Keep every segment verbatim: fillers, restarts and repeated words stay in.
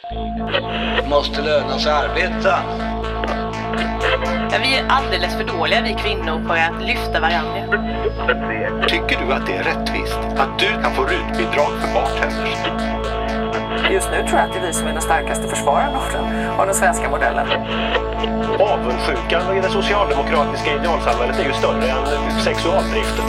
Måste löna sig arbeta. Ja, vi är alldeles för dåliga, vi kvinnor, på att lyfta varandra. Tycker du att det är rättvist att du kan få rutbidrag för bartenders? Just nu tror jag att det är vi som är den starkaste försvararen av den svenska modellen. Avundsjukan i det socialdemokratiska idealsamhället är ju större än sexualdriften.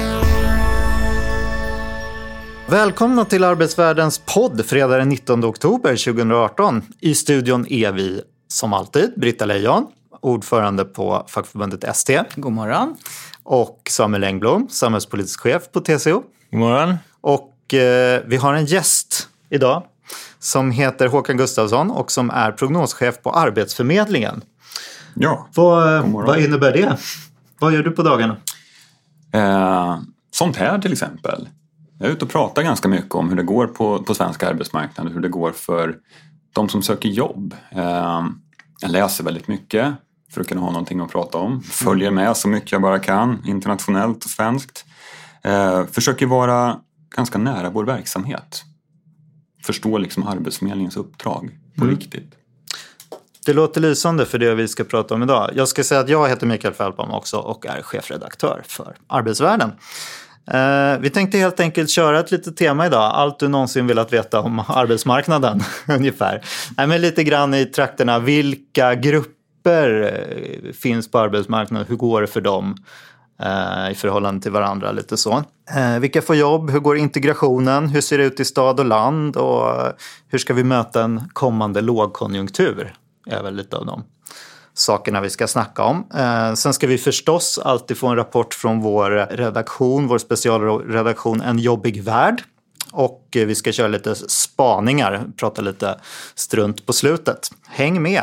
Välkomna till Arbetsvärldens podd fredag den nittonde oktober tjugoarton. I studion är vi som alltid Britta Lejon, ordförande på fackförbundet S T. God morgon. Och Samuel Engblom, samhällspolitisk chef på T C O. God morgon. Och eh, vi har en gäst idag som heter Håkan Gustafsson och som är prognoschef på Arbetsförmedlingen. Ja, Vad, vad innebär det? Vad gör du på dagarna? Eh, sånt här till exempel. Jag är ute och pratar ganska mycket om hur det går på, på svensk arbetsmarknad. Hur det går för de som söker jobb. Eh, jag läser väldigt mycket för att kunna ha någonting att prata om. Följer med så mycket jag bara kan, internationellt och svenskt. Eh, försöker vara ganska nära vår verksamhet. Förstå liksom Arbetsförmedlingens uppdrag på mm. riktigt. Det låter lysande för det vi ska prata om idag. Jag ska säga att jag heter Mikael Fältbom också och är chefredaktör för Arbetsvärlden. Eh, vi tänkte helt enkelt köra ett litet tema idag. Allt du någonsin velat veta om arbetsmarknaden ungefär. Nej, men lite grann i trakterna. Vilka grupper finns på arbetsmarknaden? Hur går det för dem eh, i förhållande till varandra? Lite så. Eh, vilka får jobb? Hur går integrationen? Hur ser det ut i stad och land? Och hur ska vi möta en kommande lågkonjunktur? Är väl lite av de sakerna vi ska snacka om. Eh, sen ska vi förstås alltid få en rapport från vår redaktion, vår specialredaktion En jobbig värld. Och eh, vi ska köra lite spaningar, prata lite strunt på slutet. Häng med!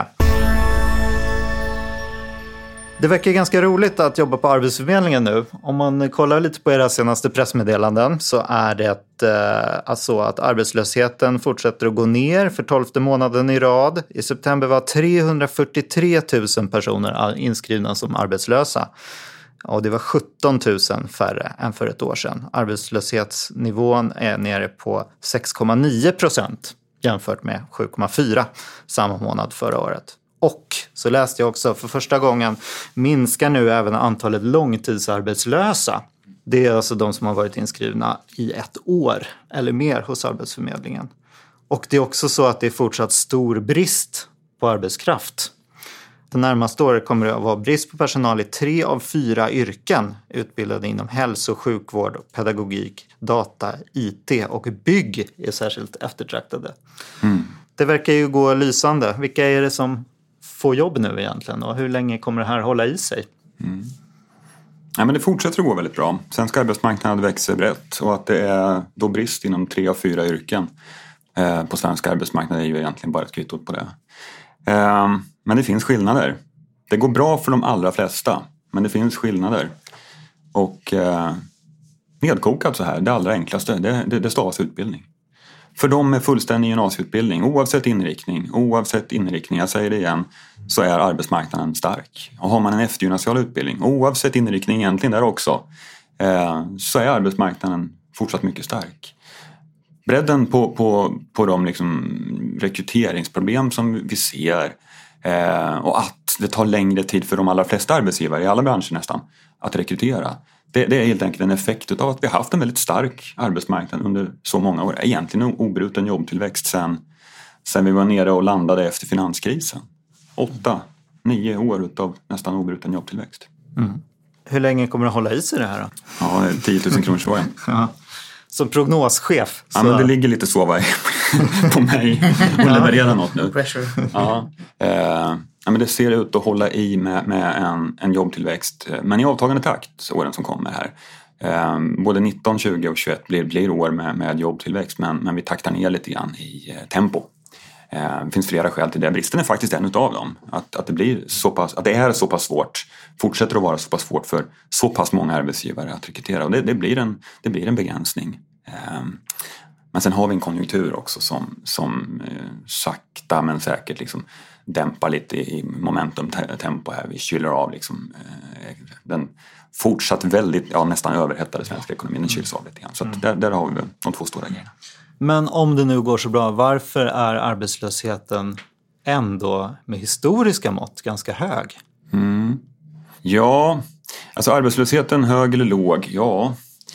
Det verkar ganska roligt att jobba på Arbetsförmedlingen nu. Om man kollar lite på era senaste pressmeddelanden så är det eh, alltså att arbetslösheten fortsätter att gå ner för tolfte månaden i rad. I september var trehundrafyrtiotre tusen personer inskrivna som arbetslösa. Och det var sjutton tusen färre än för ett år sedan. Arbetslöshetsnivån är nere på sex komma nio procent jämfört med sju komma fyra samma månad förra året. Och så läste jag också för första gången minskar nu även antalet långtidsarbetslösa. Det är alltså de som har varit inskrivna i ett år eller mer hos Arbetsförmedlingen. Och det är också så att det är fortsatt stor brist på arbetskraft. Det närmaste året kommer det att vara brist på personal i tre av fyra yrken utbildade inom hälso- och sjukvård, pedagogik, data, I T och bygg är särskilt eftertraktade. Mm. Det verkar ju gå lysande. Vilka är det som får jobb nu egentligen och hur länge kommer det här hålla i sig? Mm. Ja, men det fortsätter att gå väldigt bra. Svensk arbetsmarknad växer brett och att det är då brist inom tre av fyra yrken eh, på svensk arbetsmarknad är ju egentligen bara ett kvitto på det. Eh, men det finns skillnader. Det går bra för de allra flesta, men det finns skillnader. Och eh, nedkokat så här, det allra enklaste, det, det, det stavas utbildning. För dem med fullständig gymnasieutbildning, oavsett inriktning, oavsett inriktning, jag säger det igen, så är arbetsmarknaden stark. Och har man en eftergymnasial utbildning, oavsett inriktning egentligen där också, eh, så är arbetsmarknaden fortsatt mycket stark. Bredden på, på, på de liksom rekryteringsproblem som vi ser eh, och att det tar längre tid för de allra flesta arbetsgivare i alla branscher nästan att rekrytera. Det, det är helt enkelt en effekt av att vi har haft en väldigt stark arbetsmarknad under så många år. Egentligen en obruten jobbtillväxt sen, sen vi var nere och landade efter finanskrisen. Åtta, nio år av nästan obruten jobbtillväxt. Mm. Hur länge kommer det hålla i sig det här då? Ja, tio tusen kronor så. Ja. Som prognoschef. Ja, så... men det ligger lite så va, på mig att leverera något nu. Pressure. Ja. Eh, ja, men det ser ut att hålla i med, med en, en jobbtillväxt, men i avtagande takt åren som kommer här. Eh, både nitton, tjugo och tjugoett blir, blir år med, med jobbtillväxt, men, men vi taktar ner lite grann i eh, tempo. Eh, det finns flera skäl till det. Bristen är faktiskt en utav dem. Att, att, det blir så pass, att det är så pass svårt, fortsätter att vara så pass svårt för så pass många arbetsgivare att rekrytera. Och det, det, blir, en, det blir en begränsning. Eh, men sen har vi en konjunktur också som, som eh, sakta men säkert liksom dämpar lite i momentum tempo här. Vi kyler av liksom, eh, den fortsatt väldigt, ja, nästan överhettade svenska ekonomin. Den kyls av lite grann. Så att där, där har vi de två stora grejerna. Men om det nu går så bra, varför är arbetslösheten ändå med historiska mått ganska hög? Mm. Ja, alltså arbetslösheten hög eller låg, ja.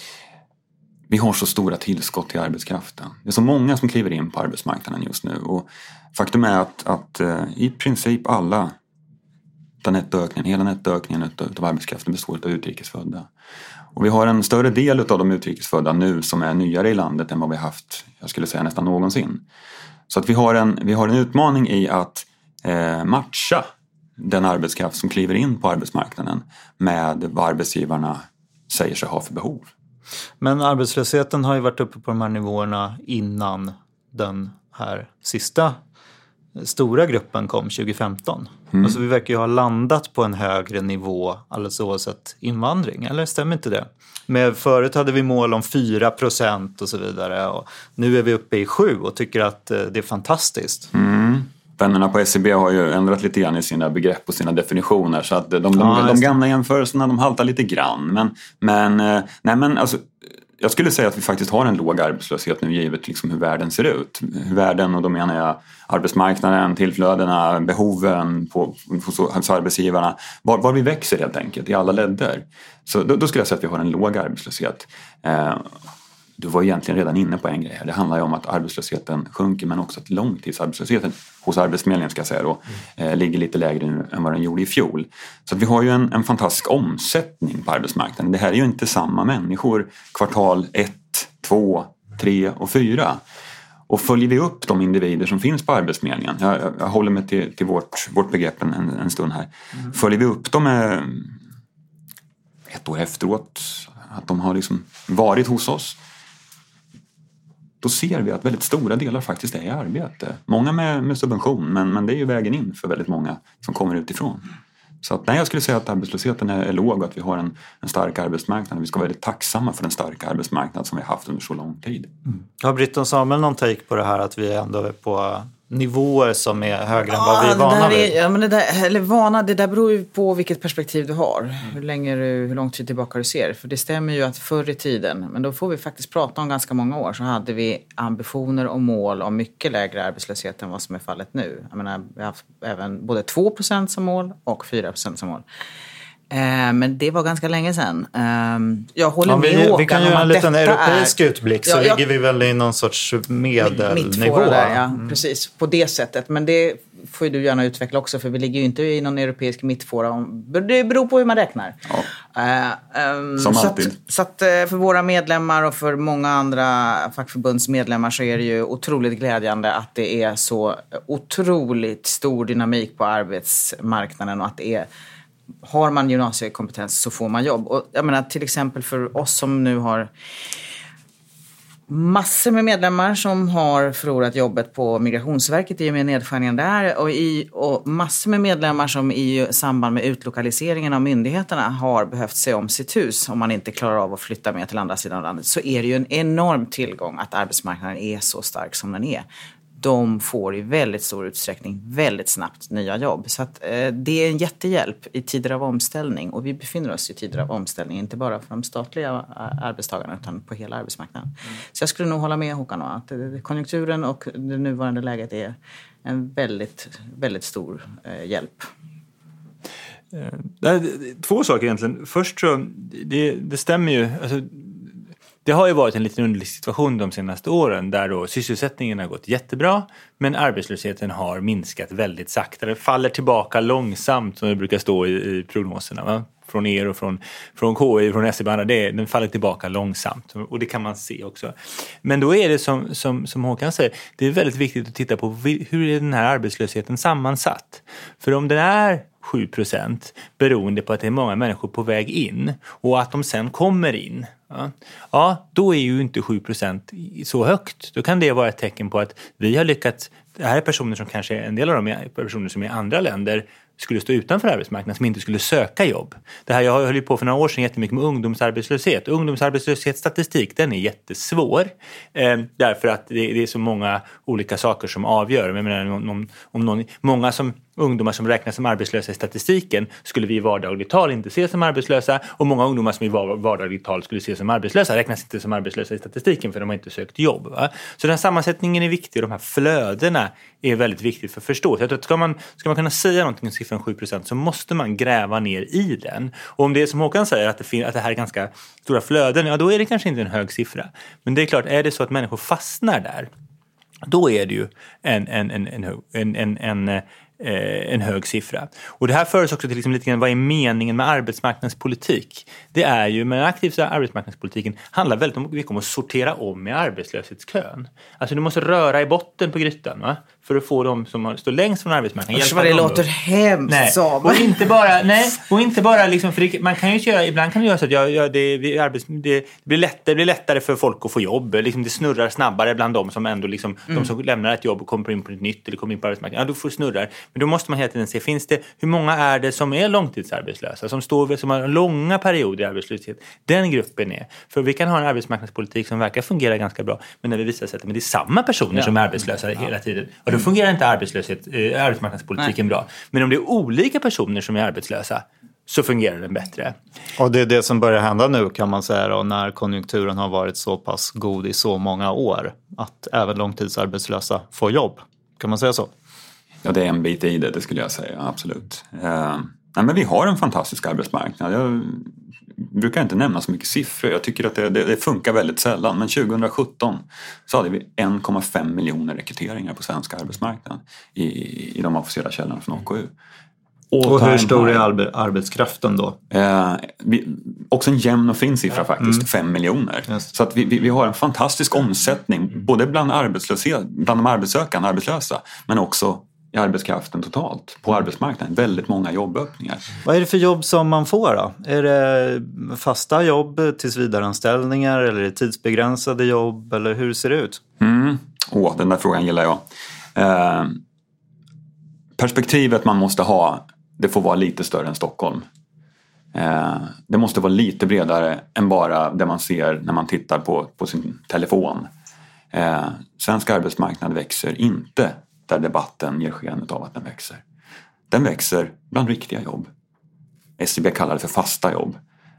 Vi har så stora tillskott till arbetskraften. Det är så många som kliver in på arbetsmarknaden just nu. Och faktum är att, att uh, i princip alla den nettoökningen, hela nettoökningen av arbetskraften består av utrikesfödda. Och vi har en större del av de utrikesfödda nu som är nyare i landet än vad vi har haft, jag skulle säga nästan någonsin. Så att vi har en, vi har en utmaning i att eh, matcha den arbetskraft som kliver in på arbetsmarknaden med vad arbetsgivarna säger sig ha för behov. Men arbetslösheten har ju varit uppe på de här nivåerna innan den här sista stora gruppen kom tjugo femton. Mm. Alltså vi verkar ju ha landat på en högre nivå alldeles oavsett invandring, eller stämmer inte det? Men förut hade vi mål om fyra procent och så vidare, och nu är vi uppe i sju och tycker att det är fantastiskt. Mm. Vännerna på S C B har ju ändrat lite grann i sina begrepp och sina definitioner, så att de, de, ja, de gamla jämförelserna de haltar lite grann. Men, men, nej, men alltså, jag skulle säga att vi faktiskt har en låg arbetslöshet nu givet liksom hur världen ser ut. Hur världen, och då menar jag arbetsmarknaden, tillflödena, behoven på, hos arbetsgivarna. Var, var vi växer helt enkelt i alla ledder. Så då, då skulle jag säga att vi har en låg arbetslöshet. Eh, du var egentligen redan inne på en grej här. Det handlar ju om att arbetslösheten sjunker, men också att långtidsarbetslösheten hos Arbetsförmedlingen ska jag säga då, eh, ligger lite lägre nu än vad den gjorde i fjol. Så att vi har ju en, en fantastisk omsättning på arbetsmarknaden. Det här är ju inte samma människor kvartal ett, två, tre och fyra. Och följer vi upp de individer som finns på Arbetsförmedlingen, jag, jag, jag håller mig till, till vårt, vårt begrepp en, en stund här. Mm. Följer vi upp dem med ett år efteråt, att de har liksom varit hos oss, då ser vi att väldigt stora delar faktiskt är i arbete. Många med, med subvention, men, men det är ju vägen in för väldigt många som kommer utifrån. Så att, nej, jag skulle säga att arbetslösheten är, är låg och att vi har en, en stark arbetsmarknad. Vi ska vara väldigt tacksamma för den starka arbetsmarknad som vi har haft under så lång tid. Mm. Har Britton Samuel någon take på det här att vi ändå är på nivåer som är högre än vad vi är vana vid? Är, ja, men det där, eller vana, det där beror ju på vilket perspektiv du har. Mm. Hur, länge du, hur lång tid tillbaka du ser. För det stämmer ju att förr i tiden, men då får vi faktiskt prata om ganska många år, så hade vi ambitioner och mål om mycket lägre arbetslöshet än vad som är fallet nu. Jag menar, vi har haft även både två procent som mål och fyra procent som mål. Men det var ganska länge sedan. Jag håller ja, med vi, Håkan vi kan göra en liten europeisk är... utblick, så ja, jag... ligger vi väl i någon sorts medelnivå. Där, ja, mm. Precis, på det sättet. Men det får ju du gärna utveckla också, för vi ligger ju inte i någon europeisk mittfåra. Det beror på hur man räknar. Ja. Uh, um, Som så alltid. Att, så att uh, för våra medlemmar och för många andra fackförbundsmedlemmar så är det ju otroligt glädjande att det är så otroligt stor dynamik på arbetsmarknaden, och att det är, har man gymnasiekompetens så får man jobb. Och jag menar, till exempel för oss som nu har massor med medlemmar som har förlorat jobbet på Migrationsverket i och med nedskärningen där, och, i, och massor med medlemmar som i samband med utlokaliseringen av myndigheterna har behövt se om sitt hus om man inte klarar av att flytta med till andra sidan av landet, så är det ju en enorm tillgång att arbetsmarknaden är så stark som den är. De får i väldigt stor utsträckning väldigt snabbt nya jobb. Så att, eh, det är en jättehjälp i tider av omställning. Och vi befinner oss i tider av omställning, inte bara för de statliga arbetstagarna utan på hela arbetsmarknaden. Mm. Så jag skulle nog hålla med Håkan att konjunkturen och det nuvarande läget är en väldigt, väldigt stor eh, hjälp. Två saker egentligen. Först så, det, det stämmer ju... Alltså, det har ju varit en liten underlig situation de senaste åren där då sysselsättningen har gått jättebra, men arbetslösheten har minskat väldigt sakta. Det faller tillbaka långsamt, som det brukar stå i, i prognoserna, va? Från er och från, från K I, från S E B. Det, den faller tillbaka långsamt, och det kan man se också. Men då är det som, som, som Håkan säger, det är väldigt viktigt att titta på hur är den här arbetslösheten sammansatt. För om den är sju procent beroende på att det är många människor på väg in och att de sen kommer in, ja, ja då är ju inte sju procent så högt. Då kan det vara ett tecken på att vi har lyckats. Det här är personer som kanske, en del av dem är personer som i andra länder skulle stå utanför arbetsmarknaden, som inte skulle söka jobb. Det här, jag höll ju på för några år sedan jättemycket med ungdomsarbetslöshet. Ungdomsarbetslöshetsstatistik, den är jättesvår. Eh, därför att det, det är så många olika saker som avgör. Jag menar, om, om, om någon, många som ungdomar som räknas som arbetslösa i statistiken skulle vi i vardagligt tal inte se som arbetslösa, och många ungdomar som i vardagligt tal skulle se som arbetslösa räknas inte som arbetslösa i statistiken för de har inte sökt jobb. Va? Så den här sammansättningen är viktig, och de här flödena är väldigt viktigt för att förstå. Så att ska, man, ska man kunna säga någonting om siffran sju procent så måste man gräva ner i den. Och om det är som Håkan säger att det, fin- att det här är ganska stora flöden, ja då är det kanske inte en hög siffra. Men det är klart, är det så att människor fastnar där, då är det ju en, en, en, en, en, en, en en hög siffra. Och det här för oss också till liksom lite grann, vad är meningen med arbetsmarknadspolitik? Det är ju, med den aktiva arbetsmarknadspolitiken handlar väldigt mycket om att sortera om i arbetslöshetskön. Alltså du måste röra i botten på grytan, va? För att få dem som står längst från arbetsmarknaden. Usch vad det låter hemskt. Nej. Och inte bara, nej, och inte bara liksom, för det, man kan ju göra, ibland kan det göra så att jag, jag, det, det, arbets, det, blir lättare, det blir lättare för folk att få jobb. Liksom det snurrar snabbare bland dem som ändå liksom, mm. de som lämnar ett jobb och kommer in på ett nytt eller kommer in på arbetsmarknaden. Ja, då får snurrar. Men då måste man hela tiden se, finns det, hur många är det som är långtidsarbetslösa, som står som har långa perioder i arbetslöshet? Den gruppen är. För vi kan ha en arbetsmarknadspolitik som verkar fungera ganska bra, men när vi visar sig att det är samma personer ja. som är arbetslösa ja. hela tiden, och då fungerar inte arbetslöshet, eh, arbetsmarknadspolitiken Nej. bra. Men om det är olika personer som är arbetslösa så fungerar den bättre. Och det är det som börjar hända nu, kan man säga då, när konjunkturen har varit så pass god i så många år, att även långtidsarbetslösa får jobb. Kan man säga så? Ja, det är en bit i det, det skulle jag säga, absolut. Eh, nej, men vi har en fantastisk arbetsmarknad. Jag brukar inte nämna så mycket siffror. Jag tycker att det, det, det funkar väldigt sällan. Men tjugohundrasjutton så hade vi en komma fem miljoner rekryteringar på svenska arbetsmarknaden i, i de officiella källorna från A K U. Och, och hur stor är arbe- arbetskraften då? Eh, vi, också en jämn och fin siffra faktiskt, mm. fem miljoner. Just. Så att vi, vi, vi har en fantastisk omsättning, både bland, arbetslöshet, bland de arbetssökande arbetslösa, men också i arbetskraften totalt på arbetsmarknaden. Väldigt många jobböppningar. Vad är det för jobb som man får då? Är det fasta jobb, tillsvidareanställningar, eller är det tidsbegränsade jobb, eller hur ser det ut? Mm. Åh, den där frågan gillar jag. Eh, perspektivet man måste ha, det får vara lite större än Stockholm. Eh, det måste vara lite bredare än bara det man ser när man tittar på, på sin telefon. Eh, svensk arbetsmarknad växer inte där debatten ger sken av att den växer. Den växer bland riktiga jobb. S C B kallar det för fasta jobb.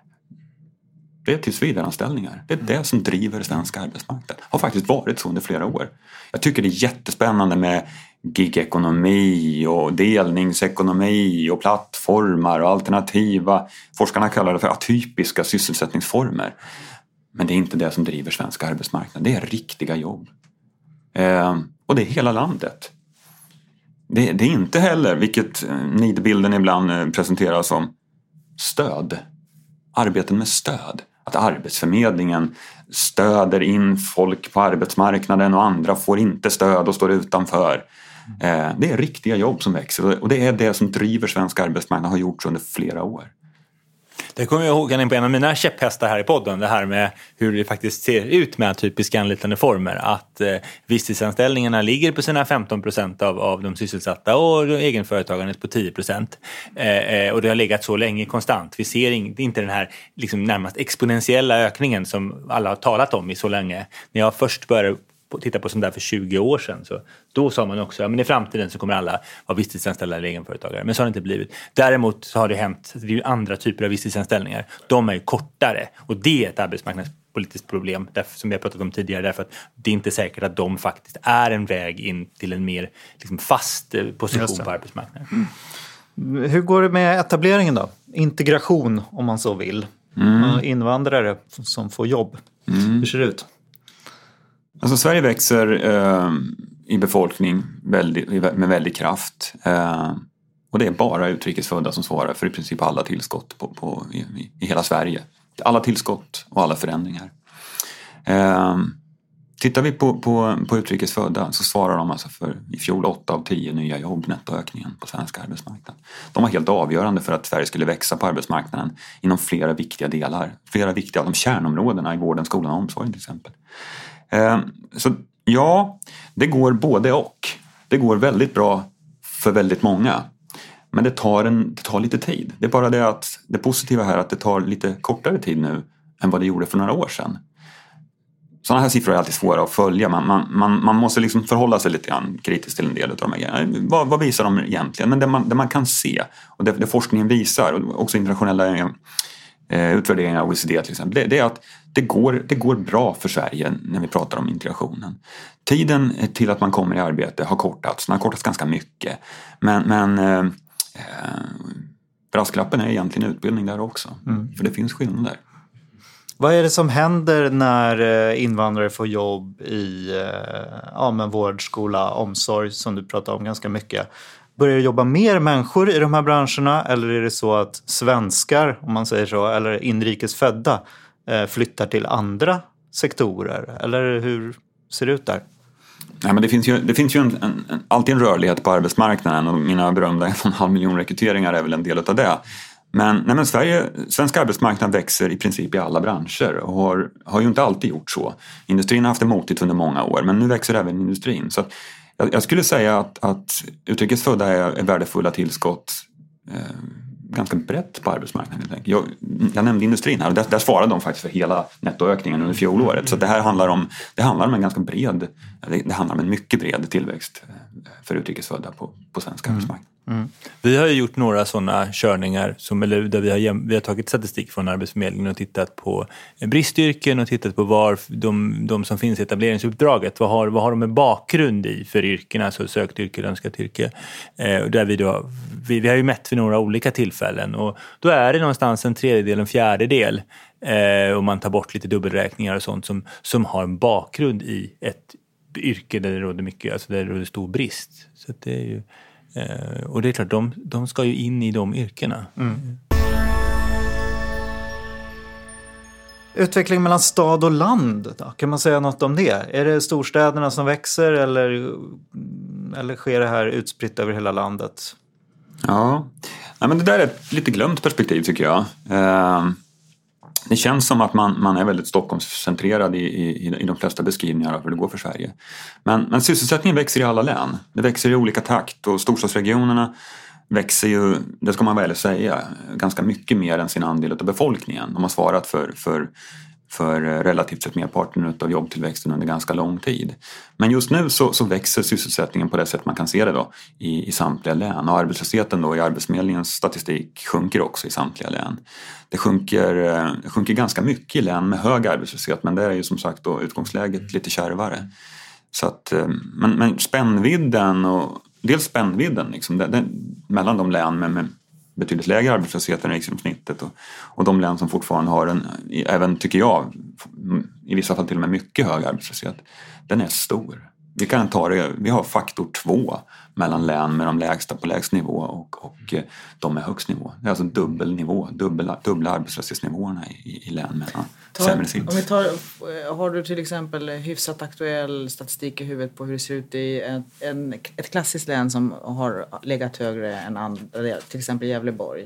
Det är tillsvidareanställningar. Det är det som driver svensk arbetsmarknad. Har faktiskt varit så under flera år. Jag tycker det är jättespännande med gigekonomi och delningsekonomi och plattformar och alternativa. Forskarna kallar det för atypiska sysselsättningsformer. Men det är inte det som driver svensk arbetsmarknad. Det är riktiga jobb. Eh, och det är hela landet. Det, det är inte heller, vilket nidbilden ibland presenteras som, stöd. Arbeten med stöd. Att Arbetsförmedlingen stöder in folk på arbetsmarknaden och andra får inte stöd och står utanför. Eh, det är riktiga jobb som växer och det är det som driver svensk arbetsmarknad och har gjorts under flera år. Det kommer jag ihåg på en av mina käpphästar här i podden, det här med hur det faktiskt ser ut med typiska anlitande former. Att eh, visstidsanställningarna ligger på sina femton procent av, av de sysselsatta och egenföretagandet på tio procent. Eh, och det har legat så länge konstant. Vi ser in, inte den här liksom närmast exponentiella ökningen som alla har talat om i så länge. När jag först började titta på sånt där för tjugo år sedan, så då sa man också, ja, men i framtiden så kommer alla vara visstidsanställda eller egenföretagare. Men så har det inte blivit. Däremot så har det hänt, det är ju andra typer av visstidsanställningar. De är ju kortare och det är ett arbetsmarknadspolitiskt problem, därför, som vi har pratat om tidigare, därför att det är inte säkert att de faktiskt är en väg in till en mer liksom, fast position på arbetsmarknaden. Mm. Hur går det med etableringen då? Integration, om man så vill. Mm. Invandrare som får jobb. Mm. Hur ser det ut? Alltså Sverige växer eh, i befolkning väldigt, med väldig kraft. Eh, och det är bara utrikesfödda som svarar för i princip alla tillskott på, på, i, i hela Sverige. Alla tillskott och alla förändringar. Eh, tittar vi på, på, på utrikesfödda så svarar de alltså för i fjol åtta av tio nya jobb, nettoökningen på svenska arbetsmarknad. De var helt avgörande för att Sverige skulle växa på arbetsmarknaden inom flera viktiga delar. Flera viktiga av de kärnområdena i vården, skolan och omsorgen till exempel. Så ja, det går både och. Det går väldigt bra för väldigt många. Men det tar, en, det tar lite tid. Det är bara det att det positiva här är att det tar lite kortare tid nu än vad det gjorde för några år sedan. Sådana här siffror är alltid svåra att följa. Man, man, man, man måste liksom förhålla sig lite grann kritiskt till en del av de här grejerna. Vad, vad visar de egentligen? Men det man, det man kan se och det, det forskningen visar och också internationella eh, utvärderingar av O E C D till exempel. Det, det är att det går, det går bra för Sverige när vi pratar om integrationen. Tiden till att man kommer i arbete har kortats. Den har kortats ganska mycket. Men, men eh, brasklappen är egentligen utbildning där också. Mm. För det finns skillnader där. Vad är det som händer när invandrare får jobb i ja, men vård, skola, omsorg som du pratar om ganska mycket? Börjar det jobba mer människor i de här branscherna eller är det så att svenskar, om man säger så, eller inrikes födda flyttar till andra sektorer? Eller hur ser det ut där? Ja, men det finns ju, det finns ju en, en, en, alltid en rörlighet på arbetsmarknaden och mina berömda en och en halv miljon rekryteringar är väl en del av det. Men, nej men Sverige, svenska arbetsmarknad växer i princip i alla branscher och har, har ju inte alltid gjort så. Industrin har haft det motigt under många år men nu växer även industrin. Så att, jag, jag skulle säga att, att utrikesfödda är, är värdefulla tillskott eh, ganska brett på arbetsmarknaden. Jag, jag nämnde industrin här och där, där svarade de faktiskt för hela nettoökningen under fjolåret. Så det här handlar om, det handlar om en ganska bred, det, det handlar om en mycket bred tillväxt för utrikesfödda på, på svensk mm. arbetsmarknad. Mm. Vi har ju gjort några sådana körningar som, eller där vi har, vi har tagit statistik från Arbetsförmedlingen och tittat på bristyrken och tittat på var de, de som finns i etableringsuppdraget, vad har, vad har de en bakgrund i för yrken, alltså sökt yrke, önskat yrke. Eh, där vi, då, vi, vi har ju mätt vid några olika tillfällen och då är det någonstans en tredjedel, en fjärdedel eh, om man tar bort lite dubbelräkningar och sånt som, som har en bakgrund i ett yrke där det råder mycket, alltså där det råder stor brist. Så det är ju Uh, och det är klart, de, de ska ju in i de yrkena. Mm. Utveckling mellan stad och land då? Kan man säga något om det? Är det storstäderna som växer eller, eller sker det här utspritt över hela landet? Ja, Nej, men det där är ett lite glömt perspektiv tycker jag. Uh, det känns som att man, man är väldigt Stockholmscentrerad i, i, i de flesta beskrivningar av hur det går för Sverige. Men, men sysselsättningen växer i alla län. Det växer i olika takt och storstadsregionerna växer ju, det ska man väl säga, ganska mycket mer än sin andel av befolkningen. De har svarat för, för, för relativt sett merparten av jobbtillväxten under ganska lång tid. Men just nu så, så växer sysselsättningen på det sätt man kan se det då i, i samtliga län. Och arbetslösheten då i Arbetsförmedlingens statistik sjunker också i samtliga län. Det sjunker, det sjunker ganska mycket i län med hög arbetslöshet, men det är ju som sagt då utgångsläget lite kärvare. Så att, men, men spännvidden och dels spännvidden liksom, det, det, mellan de län med, med betydligt lägre arbetslöshet än riksgenomsnittet och, och de län som fortfarande har en, även tycker jag, i vissa fall till och med mycket hög arbetslöshet, den är stor. Vi kan ta det, vi har faktor två mellan län med de lägsta på lägst nivå och, och de med högst nivå. Det är alltså dubbel nivå, dubbla, dubbla arbetslöshetsnivåerna i, i län med sämre sitt. Om vi tar, har du till exempel hyfsat aktuell statistik i huvudet på hur det ser ut i en, en, ett klassiskt län som har legat högre än andra, till exempel Gävleborg?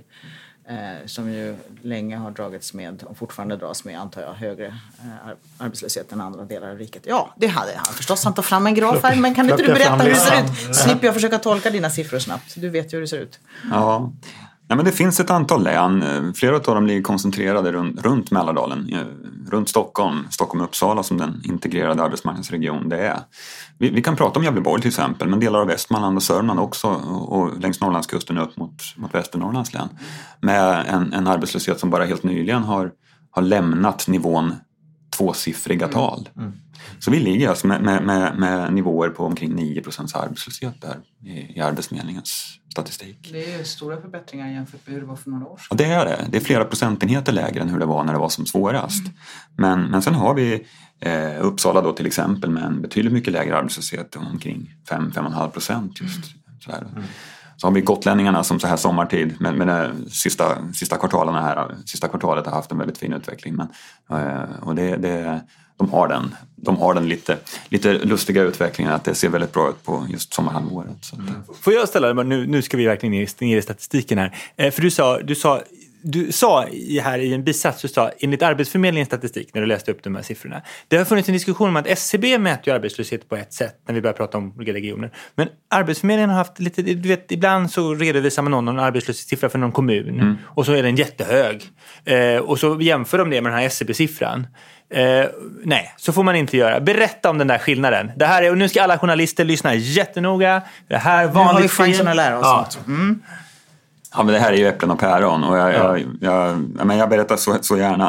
Eh, som ju länge har dragits med och fortfarande dras med, antar jag, högre eh, arbetslöshet än andra delar av riket. Ja, det hade jag förstås. Han tar fram en graf här, men kan inte du berätta hur det ser ut? Slipper jag försöka tolka dina siffror snabbt. Du vet ju hur det ser ut. Ja, ja men det finns ett antal län. Flera av dem ligger koncentrerade runt, runt Mälardalen. Runt Stockholm, Stockholm och Uppsala som den integrerade arbetsmarknadsregion det är. Vi, vi kan prata om Gävleborg till exempel, men delar av Västmanland och Sörmland också och, och längs Norrlandskusten upp mot, mot Västernorrlands län. Med en, en arbetslöshet som bara helt nyligen har, har lämnat nivån tvåsiffriga tal. Mm. Mm. Så vi ligger alltså med, med, med, med nivåer på omkring nio procent arbetslöshet där i, i Arbetsförmedlingens statistik. Det är ju stora förbättringar jämfört med hur det var för några år sedan. Ja, det är det. Det är flera procentenheter lägre än hur det var när det var som svårast. Mm. Men, men sen har vi eh, Uppsala då till exempel med en betydligt mycket lägre arbetslöshet, omkring fem till fem komma fem procent just. Mm. Sådär. Mm. Så har vi gotlänningarna som så här sommartid med, med det sista, sista, kvartalerna här, sista kvartalet har haft en väldigt fin utveckling. Men, eh, och det, det, de har den, de har den lite, lite lustiga utvecklingen att det ser väldigt bra ut på just sommarhalvåret. Så att, mm. Får jag ställa det, nu, nu ska vi verkligen ner, ner i statistiken här. Eh, för du sa, du sa du sa i, här i en bisats, du sa enligt Arbetsförmedlingens statistik när du läste upp de här siffrorna. Det har funnits en diskussion om att S C B mäter ju arbetslöshet på ett sätt när vi börjar prata om olika regioner. Men Arbetsförmedlingen har haft lite, du vet, ibland så redovisar man någon, någon arbetslöshetssiffra för någon kommun mm. och så är den jättehög. Eh, och så jämför de det med den här S C B-siffran. Eh, nej, så får man inte göra. Berätta om den där skillnaden. Det här är, och nu ska alla journalister lyssna jättenoga. Det här vanligt. Nu har vi chansen att lära oss ja. något. Mm. Ja, men det här är ju äpplen och päron och jag, ja. jag, jag, jag, men jag berättar så, så gärna.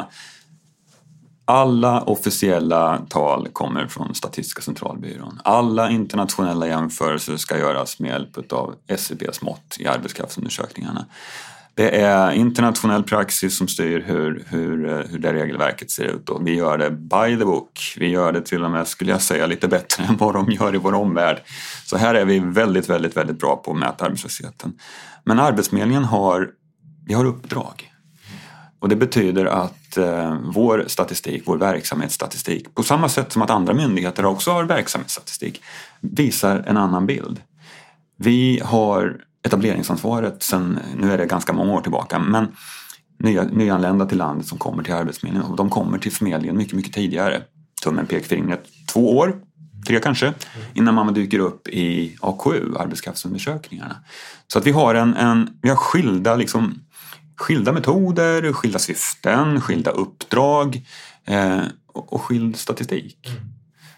Alla officiella tal kommer från Statistiska centralbyrån. Alla internationella jämförelser ska göras med hjälp av S C B:s mått i arbetskraftsundersökningarna. Det är internationell praxis som styr hur, hur, hur det regelverket ser ut. Och vi gör det by the book. Vi gör det till och med, skulle jag säga, lite bättre än vad de gör i vår omvärld. Så här är vi väldigt, väldigt, väldigt bra på att mäta arbetslösheten. Men Arbetsförmedlingen har, vi har uppdrag. Och det betyder att eh, vår statistik, vår verksamhetsstatistik, på samma sätt som att andra myndigheter också har verksamhetsstatistik, visar en annan bild. Vi har etableringsansvaret sen, nu är det ganska många år tillbaka, men nya, nyanlända till landet som kommer till Arbetsförmedlingen, och de kommer till förmedlingen mycket, mycket tidigare. Tummen pekfingret, två år, tre kanske, innan man dyker upp i A K U, arbetskraftsundersökningarna. Så att vi har en, en vi har skilda liksom skilda metoder, skilda syften, skilda uppdrag eh, och, och skild statistik. Mm.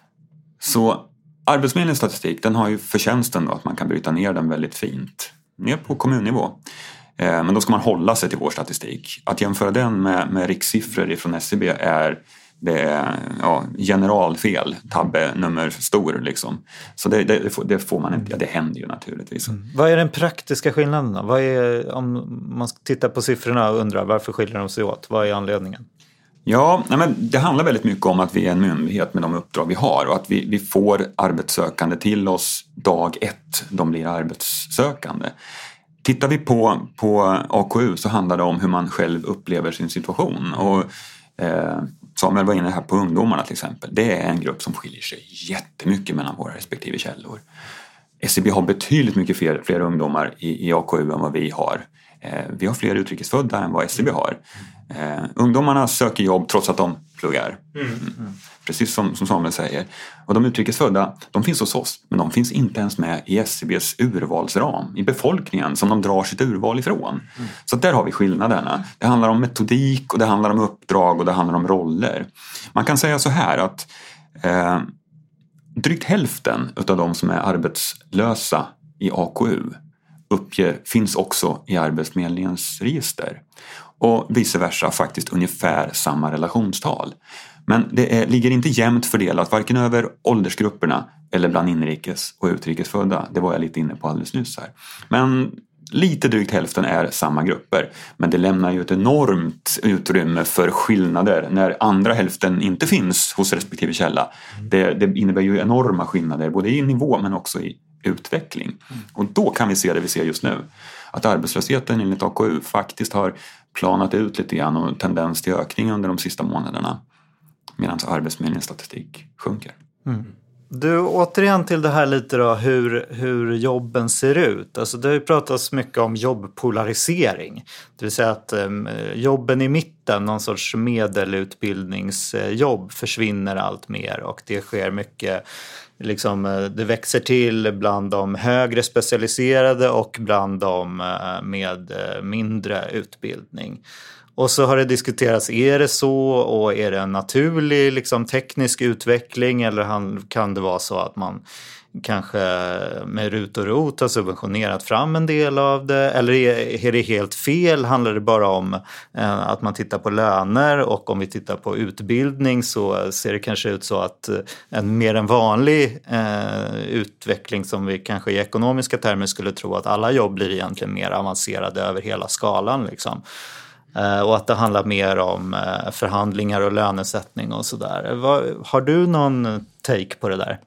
Så Arbetsförmedlingens statistik, den har ju förtjänsten då att man kan bryta ner den väldigt fint. Ner på kommunnivå. Eh, men då ska man hålla sig till vår statistik. Att jämföra den med, med rikssiffror från S C B är det är, ja, generalfel, tabbe nummer stor liksom. Så det, det, det, får, det får man inte, ja, det händer ju naturligtvis. Mm. Vad är den praktiska skillnaden då? Vad är, om man tittar på siffrorna och undrar varför skiljer de sig åt? Vad är anledningen? Ja, nej men det handlar väldigt mycket om att vi är en myndighet med de uppdrag vi har och att vi, vi får arbetssökande till oss dag ett, de blir arbetssökande. Tittar vi på, på A K U så handlar det om hur man själv upplever sin situation och eh, Samuel var inne här på ungdomarna till exempel. Det är en grupp som skiljer sig jättemycket mellan våra respektive källor. S C B har betydligt mycket fler, fler ungdomar i, i A K U än vad vi har. Eh, vi har fler utrikesfödda än vad S C B har. Eh, ungdomarna söker jobb trots att de pluggar. Mm. Mm. Precis som, som Samuel säger. Och de utrikesfödda, de finns hos oss. Men de finns inte ens med i S C B:s urvalsram. I befolkningen som de drar sitt urval ifrån. Mm. Så där har vi skillnaderna. Det handlar om metodik och det handlar om uppdrag och det handlar om roller. Man kan säga så här att eh, drygt hälften av de som är arbetslösa i A K U uppger, finns också i Arbetsförmedlingens register. Och vice versa faktiskt ungefär samma relationstal. Men det är, ligger inte jämnt fördelat varken över åldersgrupperna eller bland inrikes och utrikesfödda. Det var jag lite inne på alldeles nyss här. Men lite drygt hälften är samma grupper. Men det lämnar ju ett enormt utrymme för skillnader när andra hälften inte finns hos respektive källa. Det, det innebär ju enorma skillnader både i nivå men också i utveckling. Och då kan vi se det vi ser just nu. Att arbetslösheten enligt A K U faktiskt har planat ut lite grann och tendens till ökning under de sista månaderna. Medan Arbetsförmedlingens statistik sjunker. Mm. Du, återigen till det här lite då, hur, hur jobben ser ut. Alltså det har ju pratats mycket om jobbpolarisering. Det vill säga att um, jobben i mitten, någon sorts medelutbildningsjobb försvinner allt mer. Och det sker mycket, liksom, det växer till bland de högre specialiserade och bland de med mindre utbildning. Och så har det diskuterats, är det så och är det en naturlig liksom, teknisk utveckling eller kan det vara så att man kanske med rut och rot har subventionerat fram en del av det? Eller är, är det helt fel? Handlar det bara om eh, att man tittar på löner och om vi tittar på utbildning så ser det kanske ut så att en mer än vanlig eh, utveckling som vi kanske i ekonomiska termer skulle tro att alla jobb blir egentligen mer avancerade över hela skalan liksom. Och att det handlar mer om förhandlingar och lönesättning och sådär. Har du någon take på det där?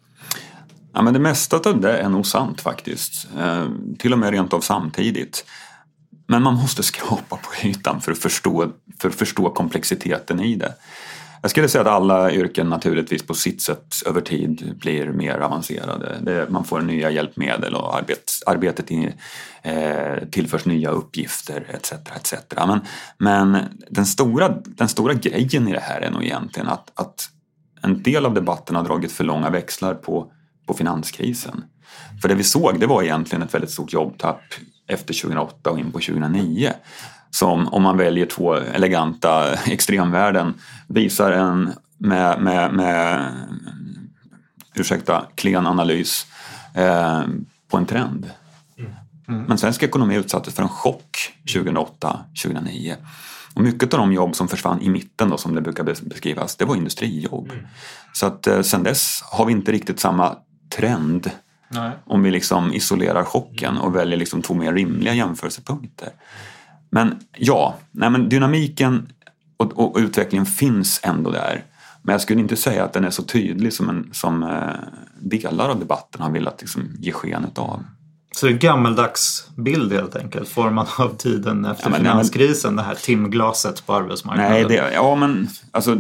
Ja, men det mesta av det är nog sant faktiskt. Eh, till och med rent av samtidigt. Men man måste skrapa på ytan för att förstå, för att förstå komplexiteten i det. Jag skulle säga att alla yrken naturligtvis på sitt sätt över tid blir mer avancerade. Det, man får nya hjälpmedel och arbet, arbetet in, eh, tillförs nya uppgifter et cetera et cetera. Men, men den, stora, den stora grejen i det här är nog egentligen att, att en del av debatten har dragit för långa växlar på, på finanskrisen. För det vi såg, det var egentligen ett väldigt stort jobbtapp efter tjugohundraåtta och in på tjugohundranio. Som om man väljer två eleganta extremvärden visar en med, med, med ursäkta, klen analys eh, på en trend. Mm. Men svensk ekonomi utsattes för en chock tjugohundraåtta tjugohundranio. Och mycket av de jobb som försvann i mitten då, som det brukar beskrivas, det var industrijobb. Mm. Så att eh, sen dess har vi inte riktigt samma trend. Nej. Om vi liksom isolerar chocken och väljer liksom två mer rimliga jämförelsepunkter. Men ja, nej men dynamiken och, och, och utvecklingen finns ändå där. Men jag skulle inte säga att den är så tydlig som, en, som eh, delar av debatten har velat liksom ge skenet av. Så det är en gammaldags bild helt enkelt, formad av tiden efter ja, finanskrisen, men, det här timglaset på arbetsmarknaden. Nej, det, ja men alltså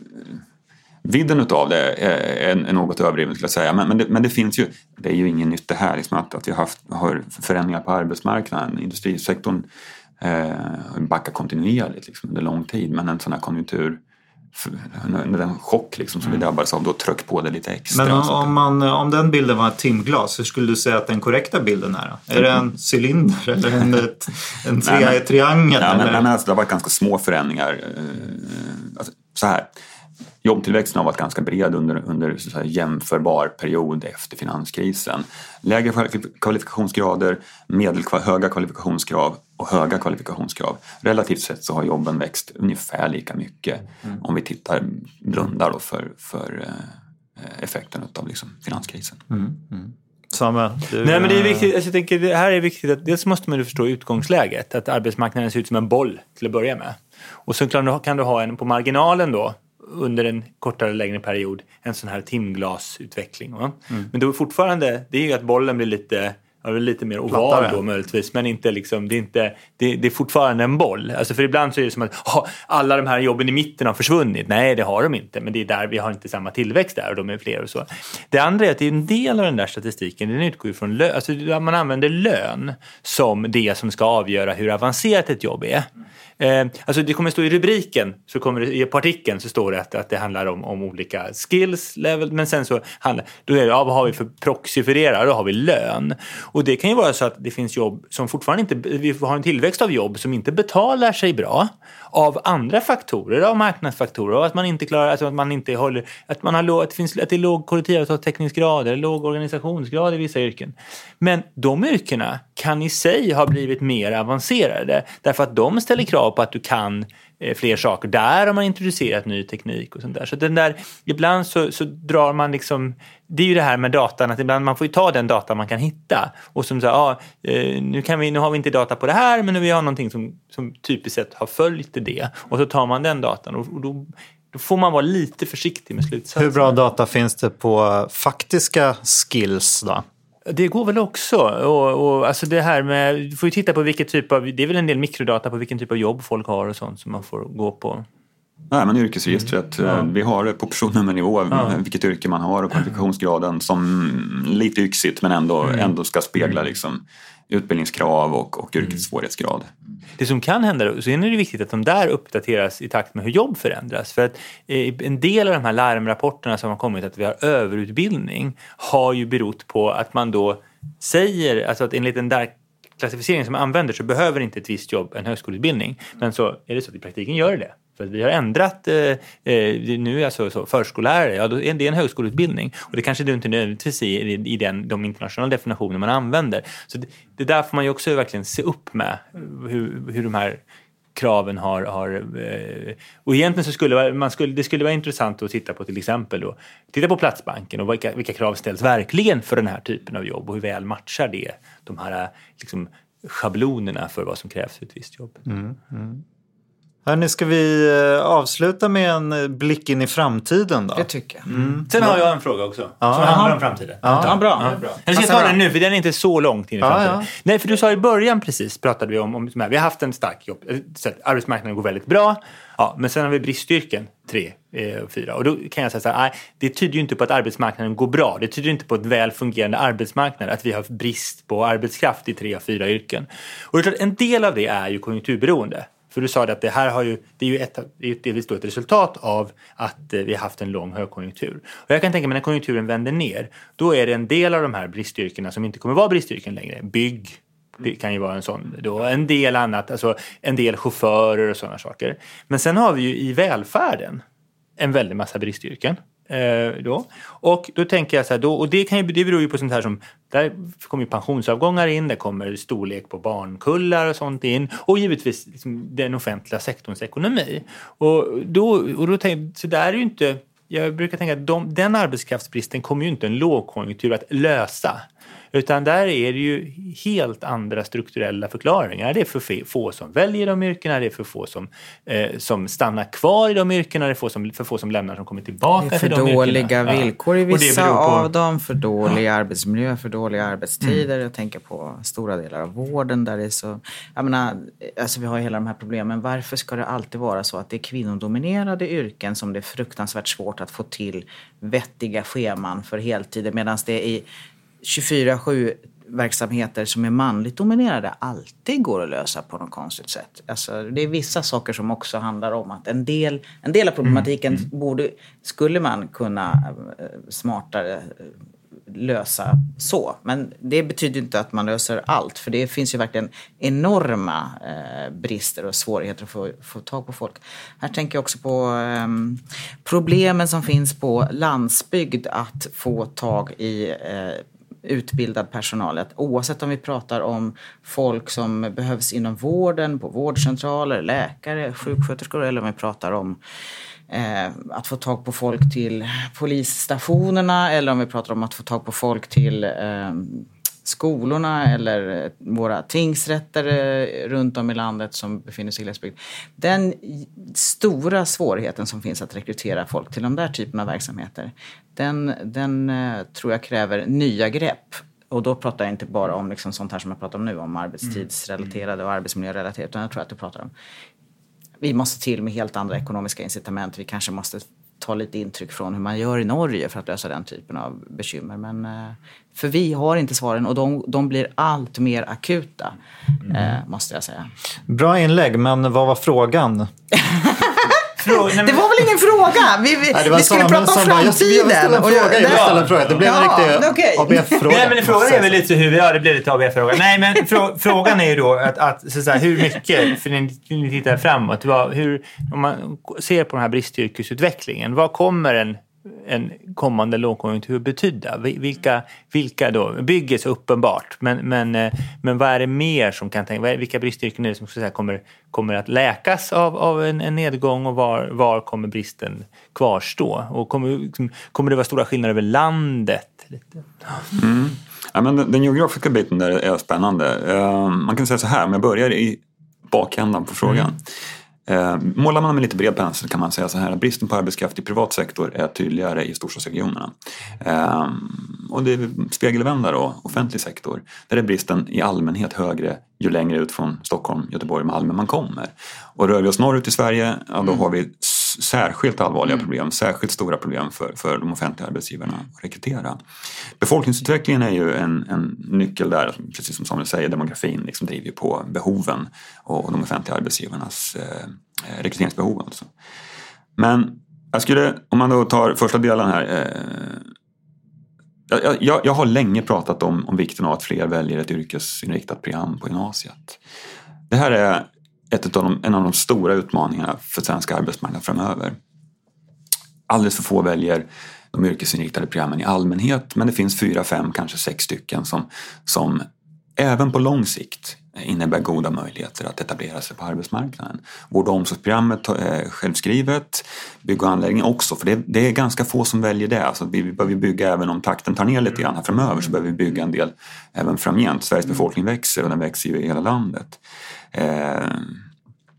vidden utav det är, är något överdrivet skulle jag säga. Men, men, det, men det finns ju, det är ju ingen nytt det här liksom att, att vi har haft har förändringar på arbetsmarknaden. Industrisektorn eh, backar kontinuerligt liksom, under lång tid, men en sån här konjunktur när den chock liksom, som vi drabbades av, då tryck på det lite extra. Men om, om, man, om den bilden var ett timglas, hur skulle du säga att den korrekta bilden är då? Är det en cylinder eller en, ett, en tri- nej, men, triangel? Ja, eller? Men, men alltså, det har varit ganska små förändringar. Alltså, så här, jobbtillväxten har varit ganska bred under, under så här, jämförbar period efter finanskrisen. Lägre kvalifikationsgrader, medelkva, höga kvalifikationskrav och höga kvalifikationskrav. Relativt sett så har jobben växt ungefär lika mycket mm. om vi tittar, blundar då för, för eh, effekten av liksom, finanskrisen. Mm. Mm. Samuel, du... Nej, men det är viktigt, alltså, jag tänker, det här är viktigt att dels måste man ju förstå utgångsläget, att arbetsmarknaden ser ut som en boll till att börja med. Och så kan du ha en på marginalen då under en kortare eller längre period en sån här timglasutveckling. Va? Mm. Men då är fortfarande, det är ju att bollen blir lite, lite mer oval då möjligtvis, men inte liksom, det är, inte, det, det är fortfarande en boll. Alltså för ibland så är det som att oh, alla de här jobben i mitten har försvunnit. Nej, det har de inte, men det är där vi har inte samma tillväxt där och de är fler och så. Det andra är att det är en del av den där statistiken, den utgår från lön, alltså man använder lön som det som ska avgöra hur avancerat ett jobb är. Eh, alltså det kommer stå i rubriken, så kommer det, i artikeln så står det att, att det handlar om, om olika skills level, men sen så handlar, då är det, ja, vad har vi för proxy för det, då har vi lön. Och det kan ju vara så att det finns jobb som fortfarande inte, vi har en tillväxt av jobb som inte betalar sig bra av andra faktorer, av marknadsfaktorer, och att man inte klarar, alltså att man inte håller, att man har låg, att det finns, att det är låg kollektivavtalstäckningsgrad eller låg organisationsgrad i vissa yrken. Men de yrkena kan i sig ha blivit mer avancerade därför att de ställer krav på att du kan eh, fler saker. Där har man introducerat ny teknik och sånt där. Så den där, ibland så, så drar man liksom, det är ju det här med datan, att ibland man får ju ta den data man kan hitta. Och som så ja, eh, nu, kan vi, nu har vi inte data på det här, men nu vi har någonting som, som typiskt sett har följt det. Och så tar man den datan och, och då, då får man vara lite försiktig med slutsatsen. Hur bra data finns det på faktiska skills då? Det går väl också. Och, och, alltså det här med, du får ju titta på vilket typ av, det är väl en del mikrodata på vilken typ av jobb folk har och sånt som man får gå på. Nej, men yrkesregistret, mm. ja. Vi har på personnumernivå ja. vilket yrke man har och kvalifikationsgraden som lite yxigt men ändå, mm. ändå ska spegla liksom utbildningskrav och, och yrkets svårighetsgrad. Det som kan hända, så är det viktigt att de där uppdateras i takt med hur jobb förändras. För att eh, en del av de här larmrapporterna som har kommit att vi har överutbildning har ju berott på att man då säger, alltså att enligt den där klassificeringen som man använder så behöver inte ett visst jobb en högskoleutbildning. Men så är det så att i praktiken gör det. För att vi har ändrat, eh, nu är alltså så, förskollärare, ja då är det en högskoleutbildning. Och det kanske du inte nödvändigtvis i, i, i den, de internationella definitioner man använder. Så det, det där får man ju också verkligen se upp med, hur, hur de här kraven har... har eh, och egentligen så skulle, man skulle det skulle vara intressant att titta på till exempel då, titta på Platsbanken och vilka, vilka krav ställs verkligen för den här typen av jobb och hur väl matchar det de här liksom, schablonerna för vad som krävs för ett visst jobb. Mm, mm. Hörrni, ska vi avsluta med en blick in i framtiden då? Det tycker jag. Mm. Sen har jag en fråga också. Ja. Som handlar om framtiden. Ja, ja bra. Ja, bra. Jag ska ta den nu, för den är inte så långt in i framtiden. Ja, ja. Nej, för du sa i början precis, pratade vi om, om som här, vi har haft en stark jobb. Så att arbetsmarknaden går väldigt bra. Ja, men sen har vi bristyrken, tre och fyra. Och då kan jag säga så här, nej, det tyder ju inte på att arbetsmarknaden går bra. Det tyder inte på ett väl fungerande arbetsmarknad att vi har brist på arbetskraft i tre och fyra yrken. Och det är en del av det är ju konjunkturberoende. För du sa att det här har ju, det är ju ett, det är delvis då ett resultat av att vi har haft en lång högkonjunktur. Och jag kan tänka mig när konjunkturen vänder ner, då är det en del av de här bristyrkena som inte kommer vara bristyrken längre. Bygg, det kan ju vara en sån då. En del annat, alltså en del chaufförer och sådana saker. Men sen har vi ju i välfärden en väldigt massa bristyrken. Eh, då. Och då tänker jag så här, då, och det, kan ju, det beror ju på sånt här som, där kommer ju pensionsavgångar in, det kommer storlek på barnkullar och sånt in, och givetvis liksom, den offentliga sektorns ekonomi. Och då, och då tänker jag, så där är ju inte, jag brukar tänka att de, den arbetskraftsbristen kommer ju inte en lågkonjunktur att lösa. Utan där är det ju helt andra strukturella förklaringar. Det är för få som väljer de yrkena, det är för få som, eh, som stannar kvar i de yrkena, det är för få som, för få som lämnar som kommer tillbaka till de yrkena. Det är för dåliga villkor i vissa på... av dem, för dålig ja. arbetsmiljö, för dåliga arbetstider. Mm. Jag tänker på stora delar av vården där det är så... Jag menar, alltså vi har ju hela de här problemen. Varför ska det alltid vara så att det är kvinnodominerade yrken som det är fruktansvärt svårt att få till vettiga scheman för heltider, medan det är i tjugofyra sju verksamheter som är manligt dominerade alltid går att lösa på något konstigt sätt. Alltså, det är vissa saker som också handlar om att en del, en del av problematiken mm. borde, skulle man kunna äh, smartare lösa så. Men det betyder inte att man löser allt, för det finns ju verkligen enorma eh, brister och svårigheter att få, få tag på folk. Här tänker jag också på eh, problemen som finns på landsbygd att få tag i eh, utbildad personal. Att oavsett om vi pratar om folk som behövs inom vården, på vårdcentraler, läkare, sjuksköterskor, eller om vi pratar om eh, att få tag på folk till polisstationerna, eller om vi pratar om att få tag på folk till eh, skolorna eller våra tingsrätter runt om i landet som befinner sig i glesbygd. Den stora svårigheten som finns att rekrytera folk till de där typerna av verksamheter, den, den tror jag kräver nya grepp. Och då pratar jag inte bara om liksom sånt här som jag pratar om nu, om arbetstidsrelaterade och arbetsmiljörelaterade, utan jag tror att jag pratar om vi måste till med helt andra ekonomiska incitament. Vi kanske måste ta lite intryck från hur man gör i Norge för att lösa den typen av bekymmer. Men, för vi har inte svaren, och de, de blir allt mer akuta, mm. måste jag säga. Bra inlägg, men vad var frågan? Fråga, det var väl ingen fråga? Vi, vi, Nej, vi skulle prata om framtiden. Jag ställer en fråga. Jag vill ställa en fråga. Det blev ja, en riktig okay. A B F-fråga. Nej, men frågan är väl lite hur, ja, det blir lite A B F-fråga. Nej, men frå, frågan är ju då att, att så, så här, hur mycket, för ni, ni tittar framåt, vad, hur, om man ser på den här bristyrkesutvecklingen, vad kommer en en kommande lågkonjunktur betyda? Vilka, vilka då? Bygger så uppenbart, men, men, men vad är det mer som kan tänka? Vilka bristyrken är det som så att säga, kommer, kommer att läkas av, av en, en nedgång, och var, var kommer bristen kvarstå? Och kommer, kommer det vara stora skillnader över landet? Lite? Mm. Ja, men den, den geografiska biten där är spännande. Uh, man kan säga så här, om jag börjar i bakändan på frågan. Mm. Eh, målar man med lite bred pensel kan man säga så här att bristen på arbetskraft i privat sektor är tydligare i storstadsregionerna. Eh, och det spegelvänder då offentlig sektor, där är bristen i allmänhet högre ju längre ut från Stockholm, Göteborg och Malmö man kommer. Och rör vi oss norrut i Sverige, ja, då har vi särskilt allvarliga problem, särskilt stora problem för, för de offentliga arbetsgivarna att rekrytera. Befolkningsutvecklingen är ju en, en nyckel där, precis som Samuel säger, demografin liksom driver på behoven och de offentliga arbetsgivarnas eh, rekryteringsbehov alltså. Men jag skulle, om man då tar första delen här, eh, jag, jag, jag har länge pratat om, om vikten av att fler väljer ett yrkesinriktat program på gymnasiet. Det här är ett av de, en av de stora utmaningarna för svensk arbetsmarknad framöver. Alldeles för få väljer de yrkesinriktade programmen i allmänhet, men det finns fyra, fem, kanske sex stycken som, som även på lång sikt innebär goda möjligheter att etablera sig på arbetsmarknaden. Vård- och omsorgsprogrammet är självskrivet, bygg- och anläggning också, för det, det är ganska få som väljer det. Alltså vi behöver bygga, även om takten tar ner lite grann här framöver, så behöver vi bygga en del även framgent. Sveriges befolkning växer, och den växer ju i hela landet. Eh,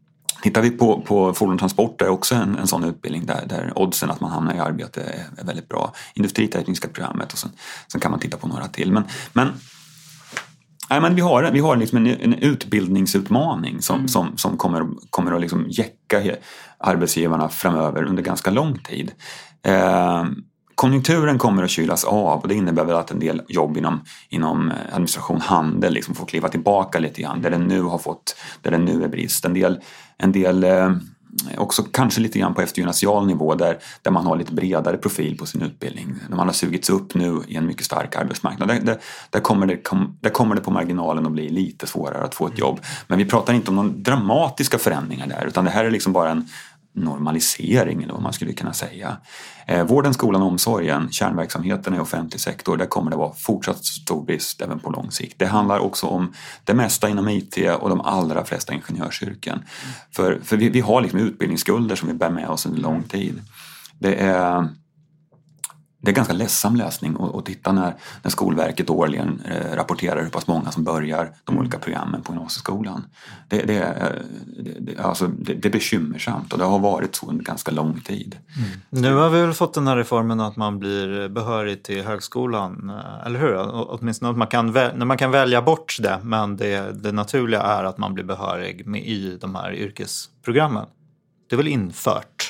Tittar vi på, på fordonstransport är också en, en sån utbildning där, där oddsen att man hamnar i arbete är, är väldigt bra. Industritekniska programmet och sen, sen kan man titta på några till. Men, men, nej, men vi har, vi har liksom en, en utbildningsutmaning som, mm. som, som kommer, kommer att liksom jäcka arbetsgivarna framöver under ganska lång tid. Eh, Konjunkturen kommer att kylas av och det innebär väl att en del jobb inom, inom administration, handel liksom får kliva tillbaka lite grann där det nu har fått, där det nu är brist. En del, en del eh, också kanske lite grann på eftergymnasial nivå där, där man har lite bredare profil på sin utbildning. När man har sugits upp nu i en mycket stark arbetsmarknad. Där, där, där, kommer det, kom, där kommer det på marginalen att bli lite svårare att få ett jobb. Men vi pratar inte om någon dramatiska förändringar där utan det här är liksom bara en normalisering eller vad man skulle kunna säga. Eh, vården, skolan och omsorgen, kärnverksamheten i offentlig sektor, där kommer det vara fortsatt stor brist även på lång sikt. Det handlar också om det mesta inom I T och de allra flesta ingenjörsyrken. Mm. För, för vi, vi har liksom utbildningsskulder som vi bär med oss under lång tid. Det är... Det är ganska ledsam läsning att titta när, när Skolverket årligen eh, rapporterar hur pass många som börjar de olika programmen på gymnasieskolan. Det, det, är, det, alltså, det, det är bekymmersamt och det har varit så under ganska lång tid. Mm. Nu har vi väl fått den här reformen att man blir behörig till högskolan, eller hur? Åtminstone att man kan, väl, när man kan välja bort det, men det, det naturliga är att man blir behörig med i de här yrkesprogrammen. Det är väl infört?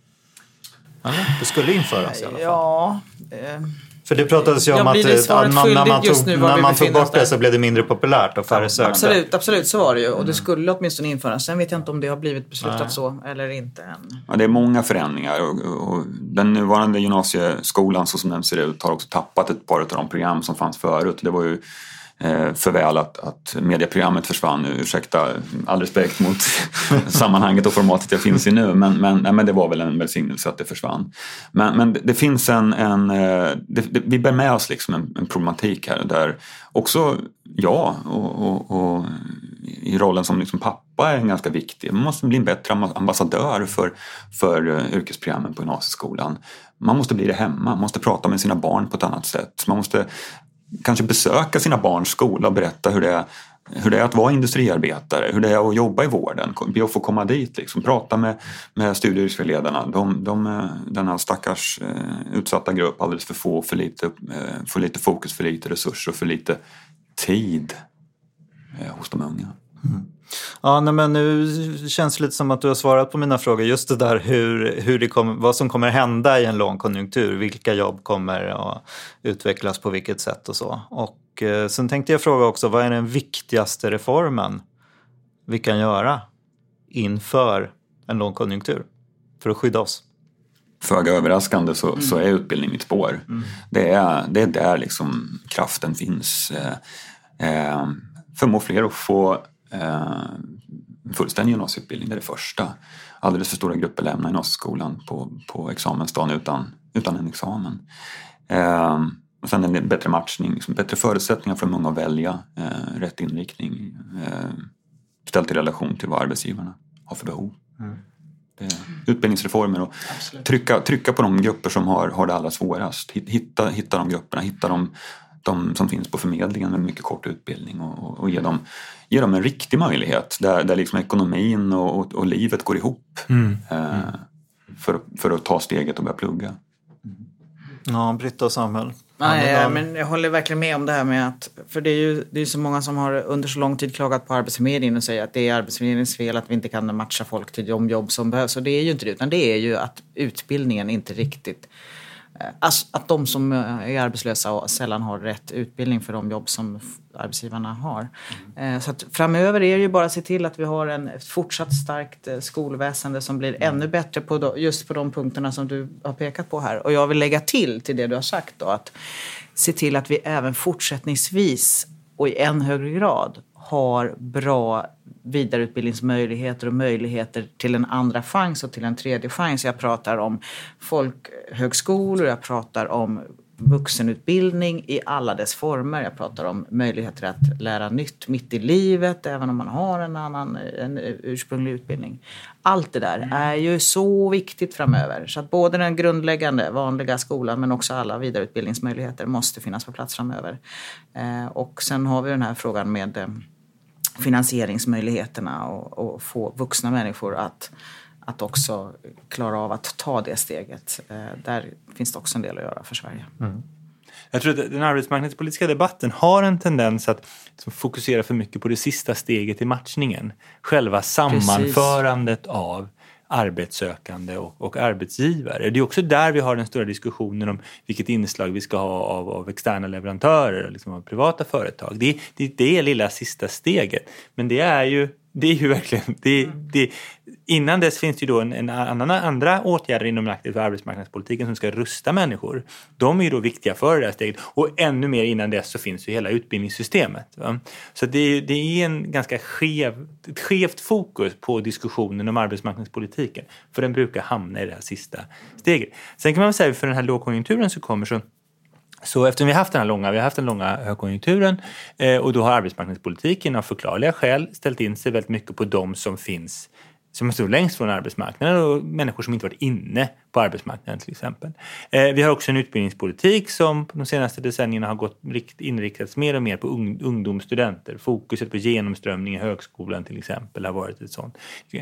Det skulle införas i alla fall. Ja. Eh, För det pratades ju om att, att man, när man tog, när man tog bort det så blev det mindre populärt och färre sökande. Absolut, absolut så var det ju. Och det skulle åtminstone införas. Sen vet jag inte om det har blivit beslutat Nej. så eller inte än. Ja, det är många förändringar och, och den nuvarande gymnasieskolan så som den ser ut har också tappat ett par av de program som fanns förut. Det var ju eh, för väl att, att medieprogrammet försvann nu. Ursäkta, all respekt mot sammanhanget och formatet jag finns i nu. Men, men, nej, men det var väl en välsignelse att det försvann. Men, men det, det finns en... en det, det, vi bär med oss liksom en, en problematik här där också jag och, och, och i rollen som liksom pappa är ganska viktig. Man måste bli en bättre ambassadör för, för yrkesprogrammen på gymnasieskolan. Man måste bli det hemma. Man måste prata med sina barn på ett annat sätt. Man måste kanske besöka sina barns skola och berätta hur det är, hur det är att vara industriarbetare, hur det är att jobba i vården, be att få komma dit, liksom, prata med, med studie- och yrkesvägledarna. De, de, denna stackars eh, utsatta grupp, alldeles för få, för lite, eh, för lite fokus, för lite resurser och för lite tid eh, hos de unga. Mm. Ja, nej, men nu känns det lite som att du har svarat på mina frågor. Just det där hur, hur det kommer, vad som kommer hända i en lågkonjunktur. Vilka jobb kommer att utvecklas på vilket sätt och så. Och eh, sen tänkte jag fråga också, vad är den viktigaste reformen vi kan göra inför en lågkonjunktur för att skydda oss? Föga överraskande så, mm. så är utbildning mitt spår. Mm. Det, är, det är där liksom kraften finns. Eh, eh, förmå fler att få Eh, fullständig gymnasieutbildning, det är det första. Alldeles för stora grupper lämnar gymnasieskolan på, på examensdagen utan, utan en examen. Eh, och sen en bättre matchning, liksom bättre förutsättningar för många att välja eh, rätt inriktning eh, ställt i relation till vad arbetsgivarna har för behov. Mm. Det, utbildningsreformer och trycka, trycka på de grupper som har, har det allra svårast. Hitta, hitta de grupperna, hitta de de som finns på förmedlingen med mycket kort utbildning och, och ge, dem, ge dem en riktig möjlighet där, där liksom ekonomin och, och, och livet går ihop mm. eh, för, för att ta steget och börja plugga. Ja, Britta och Samuel. Nej, ja, men jag håller verkligen med om det här med att, för det är ju det är så många som har under så lång tid klagat på Arbetsförmedlingen och säger att det är Arbetsförmedlingens fel att vi inte kan matcha folk till de jobb som behövs. Och det är ju inte det, utan det är ju att utbildningen inte riktigt, alltså att de som är arbetslösa sällan har rätt utbildning för de jobb som arbetsgivarna har. Mm. Så att framöver är det ju bara att se till att vi har en fortsatt starkt skolväsende som blir mm. ännu bättre på då, just på de punkterna som du har pekat på här. Och jag vill lägga till till det du har sagt då, att se till att vi även fortsättningsvis och i än högre grad har bra vidareutbildningsmöjligheter och möjligheter till en andra chans och till en tredje chans. Jag pratar om folkhögskolor, jag pratar om vuxenutbildning i alla dess former. Jag pratar om möjligheter att lära nytt mitt i livet, även om man har en annan en ursprunglig utbildning. Allt det där är ju så viktigt framöver. Så att både den grundläggande, vanliga skolan, men också alla vidareutbildningsmöjligheter måste finnas på plats framöver. Eh, och sen har vi den här frågan med finansieringsmöjligheterna och, och få vuxna människor att, att också klara av att ta det steget. Eh, där finns det också en del att göra för Sverige. Mm. Jag tror att den arbetsmarknadspolitiska debatten har en tendens att fokusera för mycket på det sista steget i matchningen. Själva sammanförandet Precis. Av arbetssökande och, och arbetsgivare. Det är också där vi har den stora diskussionen om vilket inslag vi ska ha av, av externa leverantörer, liksom av privata företag. Det, det, det är lilla sista steget. Men det är ju Det är ju verkligen, det, det, innan dess finns det ju då en, en annan, andra åtgärder inom den aktiva arbetsmarknadspolitiken som ska rusta människor. De är ju då viktiga för det här steget. Och ännu mer innan dess så finns ju hela utbildningssystemet. Va? Så det, det är en ganska skev, ett skevt fokus på diskussionen om arbetsmarknadspolitiken. För den brukar hamna i det här sista steget. Sen kan man väl säga att för den här lågkonjunkturen så kommer så Så eftersom vi har haft den här långa, vi har haft den långa högkonjunkturen eh, och då har arbetsmarknadspolitiken av förklarliga skäl ställt in sig väldigt mycket på de som finns, som står längst från arbetsmarknaden och människor som inte varit inne på arbetsmarknaden till exempel. Eh, vi har också en utbildningspolitik som de senaste decennierna har gått inriktats mer och mer på ung, ungdomsstudenter. Fokuset på genomströmning i högskolan till exempel har varit ett sånt.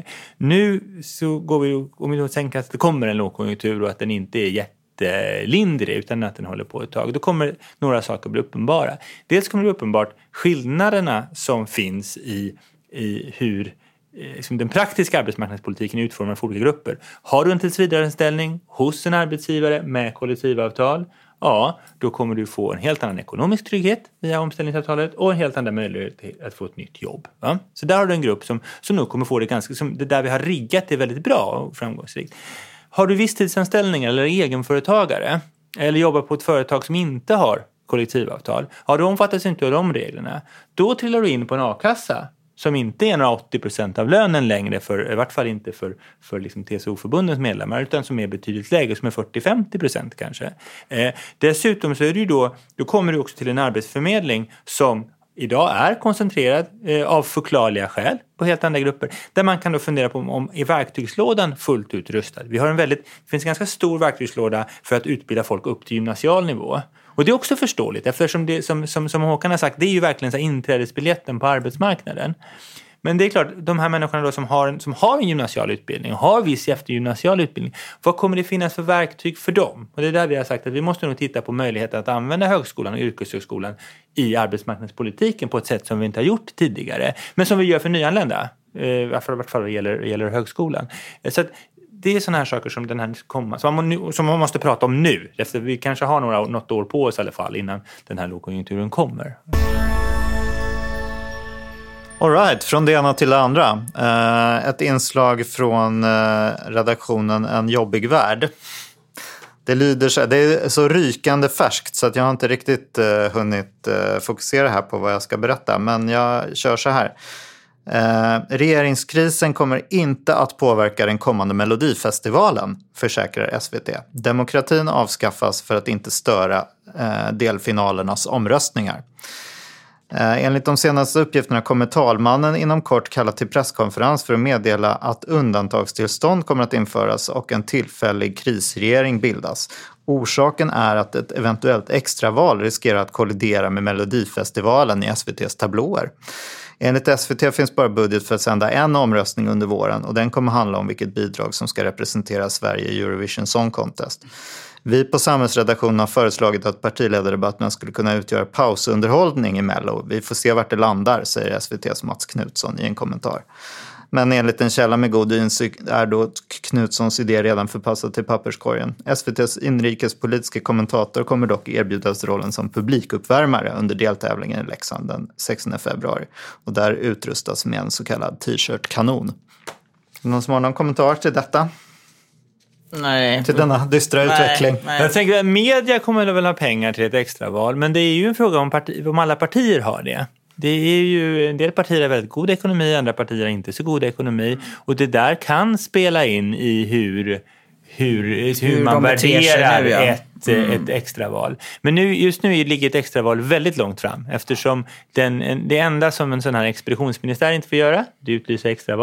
Nu så går vi, om vi då tänker att det kommer en lågkonjunktur och att den inte är jätte lindrig utan att den håller på ett tag. Då kommer några saker bli uppenbara. Dels kommer det bli uppenbart skillnaderna som finns i, i hur liksom den praktiska arbetsmarknadspolitiken är utformad för olika grupper. Har du en tillsvidareanställning hos en arbetsgivare med kollektivavtal, ja, då kommer du få en helt annan ekonomisk trygghet via omställningsavtalet och en helt annan möjlighet att få ett nytt jobb. Va? Så där har du en grupp som, som nu kommer få det ganska, som det där vi har riggat är väldigt bra och framgångsrikt. Har du visstidsanställningar eller egenföretagare eller jobbar på ett företag som inte har kollektivavtal, ja, då omfattas inte av de reglerna. Då trillar du in på en a-kassa som inte är några åttio procent av lönen längre, för, i vart fall inte för, för liksom T C O-förbundens medlemmar, utan som är betydligt lägre, som är fyrtio till femtio procent kanske. Eh, dessutom så är det ju då, då kommer du också till en arbetsförmedling som idag är koncentrerad eh, av förklarliga skäl på helt andra grupper. Där man kan då fundera på om, om är verktygslådan fullt ut rustad. Vi har en väldigt, det finns en ganska stor verktygslåda för att utbilda folk upp till gymnasial nivå. Och det är också förståeligt eftersom det, som, som, som Håkan har sagt, det är ju verkligen så inträdesbiljetten på arbetsmarknaden. Men det är klart, de här människorna då som har en, som har en gymnasial utbildning och har viss eftergymnasial utbildning, vad kommer det finnas för verktyg för dem? Och det är där vi har sagt att vi måste nog titta på möjligheten att använda högskolan och yrkeshögskolan i arbetsmarknadspolitiken på ett sätt som vi inte har gjort tidigare. Men som vi gör för nyanlända, i alla fall vad gäller, gäller högskolan. Så att det är sådana här saker som den här kommer, som man, som man måste prata om nu. Efter vi kanske har några, något år på oss i alla fall innan den här lågkonjunkturen kommer. All right, från det ena till det andra. Uh, ett inslag från uh, redaktionen En jobbig värld. Det lyder så, det är så rykande färskt så att jag har inte riktigt uh, hunnit uh, fokusera här på vad jag ska berätta. Men jag kör så här. Uh, regeringskrisen kommer inte att påverka den kommande Melodifestivalen, försäkrar S V T. Demokratin avskaffas för att inte störa uh, delfinalernas omröstningar. Enligt de senaste uppgifterna kommer talmannen inom kort kalla till presskonferens för att meddela att undantagstillstånd kommer att införas och en tillfällig krisregering bildas. Orsaken är att ett eventuellt extraval riskerar att kollidera med Melodifestivalen i S V T:s tablåer. Enligt S V T finns bara budget för att sända en omröstning under våren och den kommer handla om vilket bidrag som ska representera Sverige i Eurovision Song Contest. Vi på Samhällsredaktionen har föreslagit att partiledardebatterna skulle kunna utgöra pausunderhållning i Mello. Vi får se vart det landar, säger S V T:s Mats Knutsson i en kommentar. Men enligt en källa med god insikt är då Knutssons idé redan förpassad till papperskorgen. S V T:s inrikespolitiska kommentator kommer dock erbjudas rollen som publikuppvärmare under deltävlingen i Leksand den sextonde februari. Och där utrustas med en så kallad t-shirt-kanon. Någon som har någon kommentar till detta? Nej. Till denna dystra nej, utveckling. Nej. Jag tänker att media kommer väl ha pengar till ett extraval, men det är ju en fråga om, parti, om alla partier har det. Det är ju, en del partier har väldigt god ekonomi, andra partier har inte så god ekonomi. Och det där kan spela in i hur, hur, hur, hur man värderar nu, ja. ett, mm. ett extraval. Men nu, just nu ligger ett extraval väldigt långt fram. Eftersom den, det enda som en sån här expeditionsministär inte får göra, det är utlysa extraval.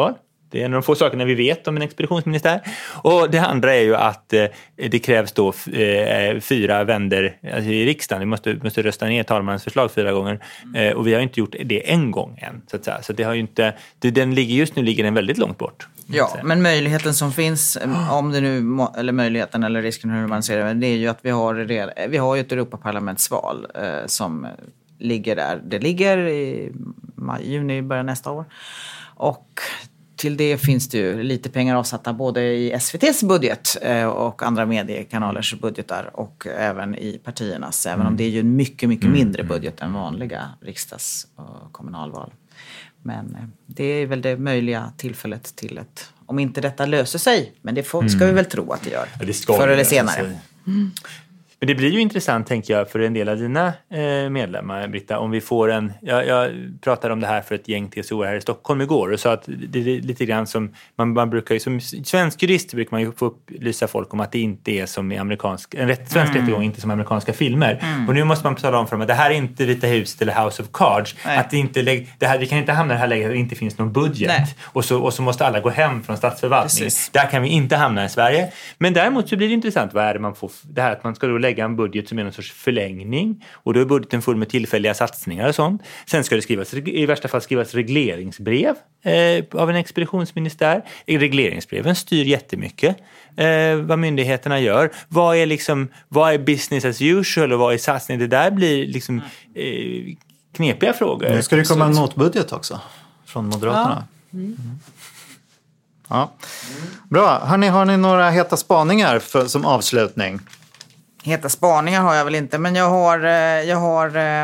Det är en av de få sakerna vi vet om en expeditionsministär. Och det andra är ju att eh, det krävs då eh, fyra vänder alltså i riksdagen. Vi måste, måste rösta ner talmannens förslag fyra gånger. Eh, och vi har inte gjort det en gång än. Så att säga. Så det har ju inte, det, den ligger, just nu ligger den väldigt långt bort. Ja, men möjligheten som finns, om det nu, eller möjligheten eller risken hur man ser det, det är ju att vi har, vi har ju ett Europaparlamentsval eh, som ligger där. Det ligger i maj, juni, början nästa år. Och till det finns det ju lite pengar avsatta både i S V T:s budget och andra mediekanalers budgetar och även i partiernas. Även om det är ju en mycket, mycket mindre budget än vanliga riksdags- och kommunalval. Men det är väl det möjliga tillfället till ett, om inte detta löser sig, men det får, ska vi väl tro att det gör. Ja, det ska förr eller senare. Mm. Men det blir ju intressant, tänker jag, för en del av dina eh, medlemmar, Britta, om vi får en... Jag, jag pratade om det här för ett gäng T C O här i Stockholm igår och sa att det är lite grann som... Man, man brukar ju, som svensk jurist brukar man ju få upplysa folk om att det inte är som i amerikansk... En rätt, svensk mm. rättegång, inte som amerikanska filmer. Mm. Och nu måste man tala om för dem att det här är inte Vita huset eller House of Cards. Nej. Att det inte... Det här, vi kan inte hamna i det här läget att det inte finns någon budget. Och så, och så måste alla gå hem från statsförvaltningen. Precis. Där kan vi inte hamna i Sverige. Men däremot så blir det intressant. Vad är det man får... Det här att man ska då lägga en budget som är någon sorts förlängning och då är budgeten full med tillfälliga satsningar och sånt. Sen ska det skrivas, i värsta fall skrivas regleringsbrev eh, av en expeditionsministär. Regleringsbreven styr jättemycket eh, vad myndigheterna gör. Vad är liksom, vad är business as usual och vad är satsning? Det där blir liksom eh, knepiga frågor. Nu ska det komma en motbudget också från Moderaterna. Ja. Mm. Ja. Bra. Hörrni, har ni några heta spaningar för, som avslutning? Heta spaningar har jag väl inte, men jag har, jag har eh,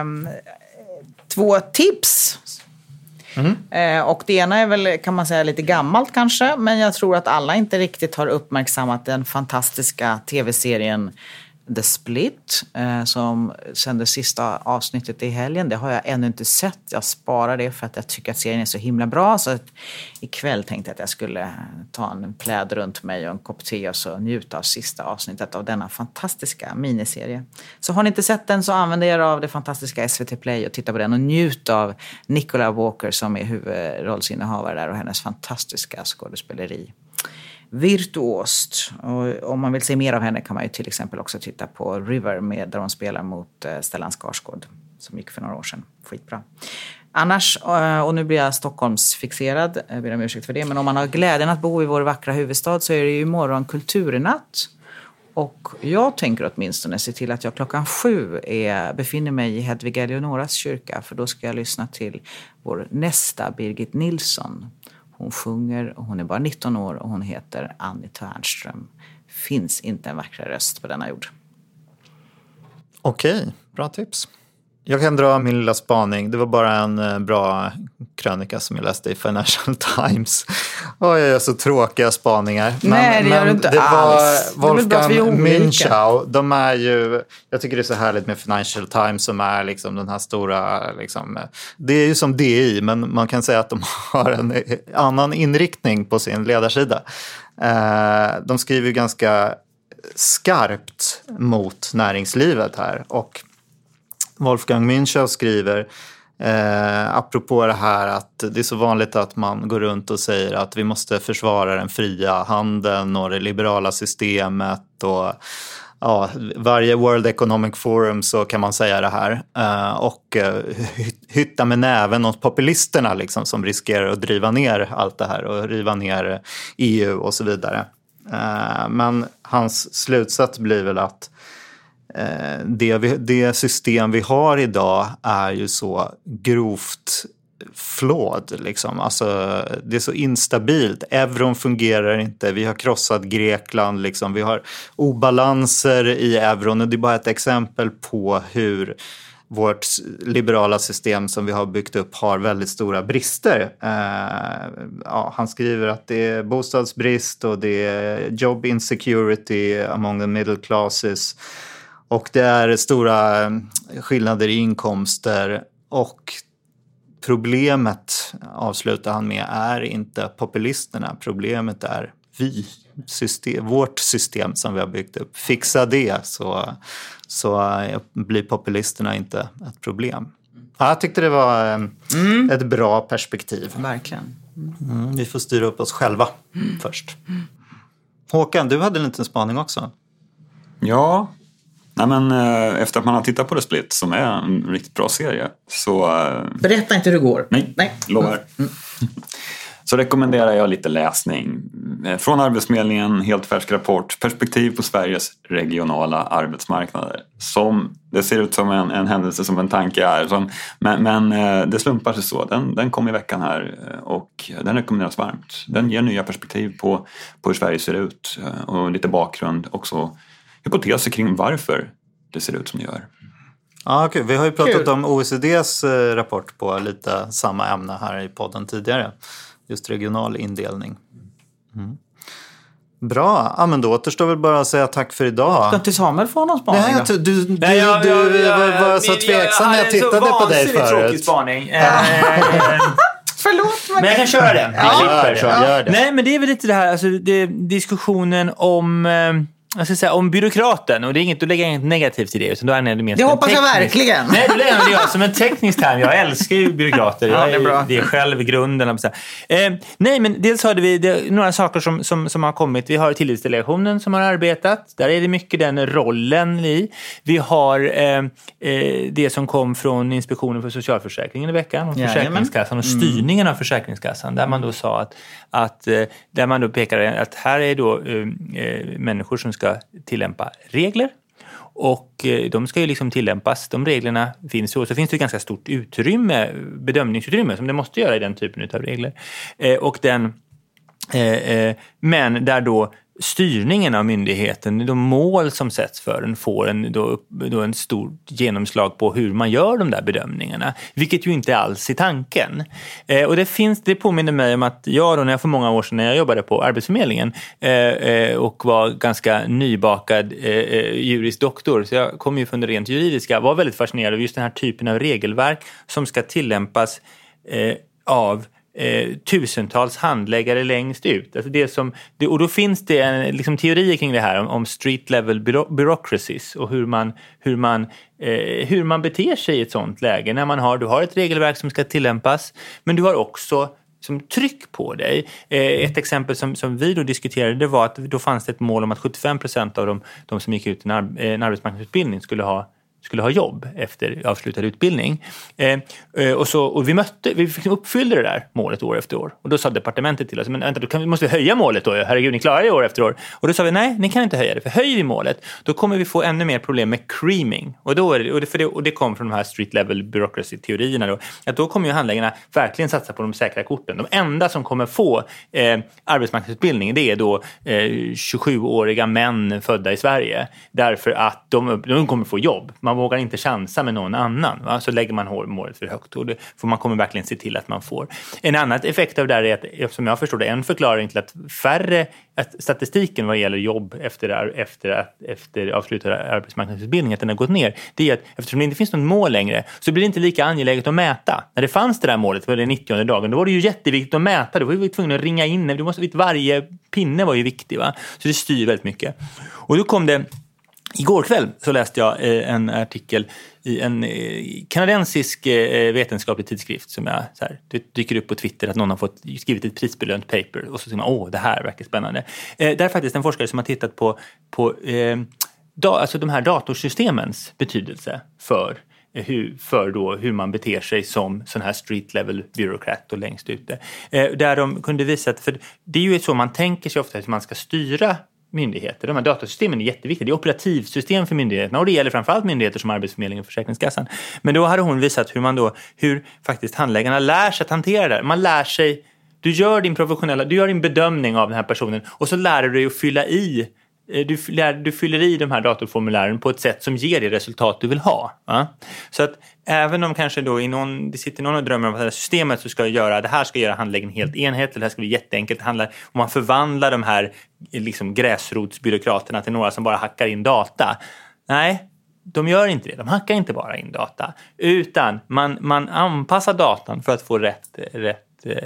två tips. Mm. Eh, och det ena är väl, kan man säga, lite gammalt kanske, men jag tror att alla inte riktigt har uppmärksammat den fantastiska tv-serien The Split eh, som sände sista avsnittet i helgen. Det har jag ännu inte sett. Jag sparar det för att jag tycker att serien är så himla bra. Så att ikväll tänkte jag att jag skulle ta en pläd runt mig och en kopp te och så njuta av sista avsnittet av denna fantastiska miniserie. Så har ni inte sett den så använd er av det fantastiska S V T Play och titta på den och njut av Nicola Walker som är huvudrollsinnehavare där och hennes fantastiska skådespeleri. Virtuost. Och om man vill se mer av henne kan man ju till exempel också titta på River med, där hon spelar mot Stellan Skarsgård som gick för några år sedan. Skitbra. Annars, och nu blir jag Stockholmsfixerad, jag ber om ursäkt för det, men om man har glädjen att bo i vår vackra huvudstad så är det ju imorgon kulturnatt. Och jag tänker åtminstone se till att jag klockan sju är, befinner mig i Hedvig Eleonoras kyrka, för då ska jag lyssna till vår nästa Birgit Nilsson. Hon sjunger och hon är bara nitton år och hon heter Annie Tärnström. Finns inte en vackrare röst på denna jord. Okej, bra tips. Jag kan dra min lilla spaning. Det var bara en bra krönika som jag läste i Financial Times. Och jag gör så tråkiga spaningar. Men, Nej, det gör du inte det alls. var Wolfgang Münchau. De är ju, jag tycker det är så härligt med Financial Times som är liksom den här stora, liksom, det är ju som D I, men man kan säga att de har en annan inriktning på sin ledarsida. De skriver ju ganska skarpt mot näringslivet här, och Wolfgang Münchau skriver eh, apropå det här att det är så vanligt att man går runt och säger att vi måste försvara den fria handeln och det liberala systemet och ja, varje World Economic Forum så kan man säga det här eh, och eh, hytta med näven åt populisterna liksom, som riskerar att driva ner allt det här och riva ner E U och så vidare. Eh, men hans slutsats blir väl att Det, vi, det system vi har idag är ju så grovt flawed liksom. Alltså, det är så instabilt. Euron fungerar inte. Vi har krossat Grekland liksom. Vi har obalanser i euron och det är bara ett exempel på hur vårt liberala system som vi har byggt upp har väldigt stora brister. Eh, ja, han skriver att det är bostadsbrist och det är job insecurity among the middle classes. Och det är stora skillnader i inkomster och problemet, avslutar han med, är inte populisterna. Problemet är vi, system, vårt system som vi har byggt upp. Fixa det så, så blir populisterna inte ett problem. Ja, jag tyckte det var mm. ett bra perspektiv. Verkligen. Mm, vi får styra upp oss själva mm. först. Håkan, du hade en liten spaning också. Ja, nej men efter att man har tittat på The Split som är en riktigt bra serie så... Berätta inte hur det går. Nej, nej. lovar. Mm. Så rekommenderar jag lite läsning. Från Arbetsförmedlingen, helt färsk rapport, perspektiv på Sveriges regionala arbetsmarknader. Som, det ser ut som en, en händelse som en tanke är. Som, men, men det slumpar sig så. Den, den kom i veckan här och den rekommenderas varmt. Den ger nya perspektiv på, på hur Sverige ser ut. Och lite bakgrund, också hypoteser kring varför det ser ut som det gör. Ja, okay. Vi har ju pratat Kul. om O E C D:s rapport på lite samma ämne här i podden tidigare. Just regional indelning. Mm. Bra, ja, men då återstår väl bara att säga tack för idag. Ska inte Samuel få någon spaning? Nej, du, du, du, Nej, jag, jag, du jag, var jag, så tveksam när jag tittade på dig förut. Jag tråkig spaning. Förlåt. Men jag kan köra den. Ja, gör det, ja. Gör det. Nej, men det är väl lite det här, alltså, det, diskussionen om... Eh, Jag ska säga, om byråkraten, och det är inget, du lägger inget negativt i det, utan då är det mer det hoppas jag verkligen. Nej, det lägger jag som en teknisk term. Jag älskar ju byråkrater. Jag, ja, det, är bra. det är själv i grunden. Eh, nej, men dels hade vi det, några saker som, som, som har kommit. Vi har tillitsdelegationen som har arbetat. Där är det mycket den rollen i. Vi har eh, eh, det som kom från Inspektionen för socialförsäkringen i veckan. Om Försäkringskassan och styrningen av Försäkringskassan. Där man då sa att, att eh, där man då pekade att här är då eh, människor som ska tillämpa regler och de ska ju liksom tillämpas, de reglerna finns ju, och så finns det ett ganska stort utrymme, bedömningsutrymme som det måste göra i den typen av regler eh, och den eh, men där då styrningen av myndigheten, de mål som sätts för den får en, då, då en stor genomslag på hur man gör de där bedömningarna, vilket ju inte alls är tanken. Eh, och det finns, det påminner mig om att jag då, när jag för många år sedan när jag jobbade på Arbetsförmedlingen eh, eh, och var ganska nybakad eh, jurisk doktor, så jag kom ju från det rent juridiska, var väldigt fascinerad av just den här typen av regelverk som ska tillämpas eh, av Eh, tusentals handläggare längst ut. Alltså det som, det, och då finns det en, liksom, teorier kring det här om, om street level bureaucracies och hur man, hur, man, eh, hur man beter sig i ett sånt läge. När man har, du har ett regelverk som ska tillämpas, men du har också som tryck på dig. Eh, ett exempel som, som vi då diskuterade, det var att då fanns det ett mål om att sjuttiofem procent av de, de som gick ut en, ar- en arbetsmarknadsutbildning skulle ha skulle ha jobb efter avslutad utbildning. Eh, och, så, och vi mötte, vi fick uppfylla det där målet år efter år. Och då sa departementet till oss, men vänta, då kan, måste vi höja målet då. Herregud, ni klarar det år efter år. Och då sa vi, nej, ni kan inte höja det. För höjer vi målet, då kommer vi få ännu mer problem med creaming. Och, då är det, och, det, för det, och det kom från de här street level bureaucracy-teorierna då. Att då kommer ju handläggarna verkligen satsa på de säkra korten. De enda som kommer få eh, arbetsmarknadsutbildning, det är då eh, tjugosjuåriga män födda i Sverige. Därför att de, de kommer få jobb. Man vågar inte chansa med någon annan. Va? Så lägger man målet för högt. Och det, för man kommer verkligen se till att man får. En annan effekt av det här är att, som jag förstår det, en förklaring till att färre, att statistiken vad gäller jobb efter, efter, efter avslutad arbetsmarknadsutbildning, att den har gått ner. Det är att eftersom det inte finns något mål längre så blir det inte lika angeläget att mäta. När det fanns det där målet för den nittionde dagen, då var det ju jätteviktigt att mäta. Då var vi tvungna att ringa in. Du måste, varje pinne var ju viktig. Va? Så det styr väldigt mycket. Och då kom det igår kväll så läste jag eh, en artikel i en eh, kanadensisk eh, vetenskaplig tidskrift som jag, så här, det dyker upp på Twitter att någon har fått skrivit ett prisbelönt paper och så säger man, åh, det här verkar spännande. Eh, där är faktiskt en forskare som har tittat på, på eh, da, alltså de här datorsystemens betydelse för Hur, för då hur man beter sig som sån här street level byråkrat och längst ute. Eh, där de kunde visa att, för det är ju så man tänker sig ofta att man ska styra myndigheter. De här datasystemen är jätteviktiga. Det är operativsystem för myndigheterna och det gäller framförallt myndigheter som Arbetsförmedlingen och Försäkringskassan. Men då hade hon visat hur man då, hur faktiskt handläggarna lär sig att hantera det. Man lär sig, du gör din professionella, du gör din bedömning av den här personen och så lär du dig att fylla i Du, lär, du fyller i de här datorformulären på ett sätt som ger det resultat du vill ha. Va? Så att även om kanske då i någon, det sitter någon och drömmer om att det här systemet så ska göra, det här ska göra handläggningen helt enhetligt, det här ska bli jätteenkelt, handla, om man förvandlar de här liksom, gräsrotsbyråkraterna till några som bara hackar in data. Nej, de gör inte det. De hackar inte bara in data, utan man, man anpassar datan för att få rätt, rätt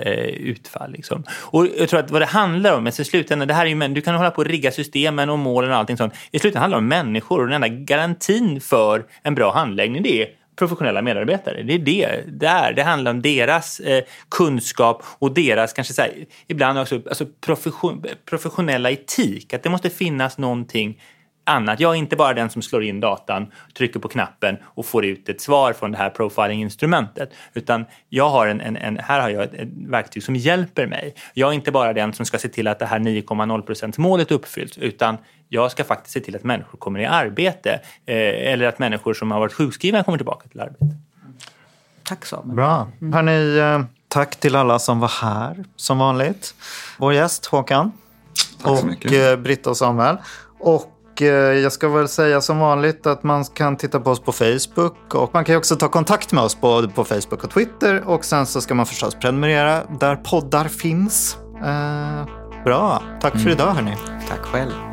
utfall liksom. Och jag tror att vad det handlar om, men i slutändan, det här är ju, men du kan hålla på att rigga systemen och målen och allting sånt. I slutändan handlar det om människor och den enda garantin för en bra handläggning, det är professionella medarbetare. Det är det där. Det handlar om deras eh, kunskap och deras kanske så här, ibland också alltså profession, professionella etik. Att det måste finnas någonting annat. Jag är inte bara den som slår in datan, trycker på knappen och får ut ett svar från det här profiling-instrumentet. Utan jag har en, en, en, här har jag ett, ett verktyg som hjälper mig. Jag är inte bara den som ska se till att det här nio komma noll procent-målet uppfylls, utan jag ska faktiskt se till att människor kommer i arbete eh, eller att människor som har varit sjukskrivna kommer tillbaka till arbete. Tack Samuel. Bra. Mm. Hörrni, eh, tack till alla som var här som vanligt. Vår gäst Håkan. Tack så och mycket. eh, Britta och Samuel. Och jag ska väl säga som vanligt att man kan titta på oss på Facebook och man kan ju också ta kontakt med oss på, på Facebook och Twitter, och sen så ska man förstås prenumerera där poddar finns. Eh, bra, tack för idag hörni. Tack själv.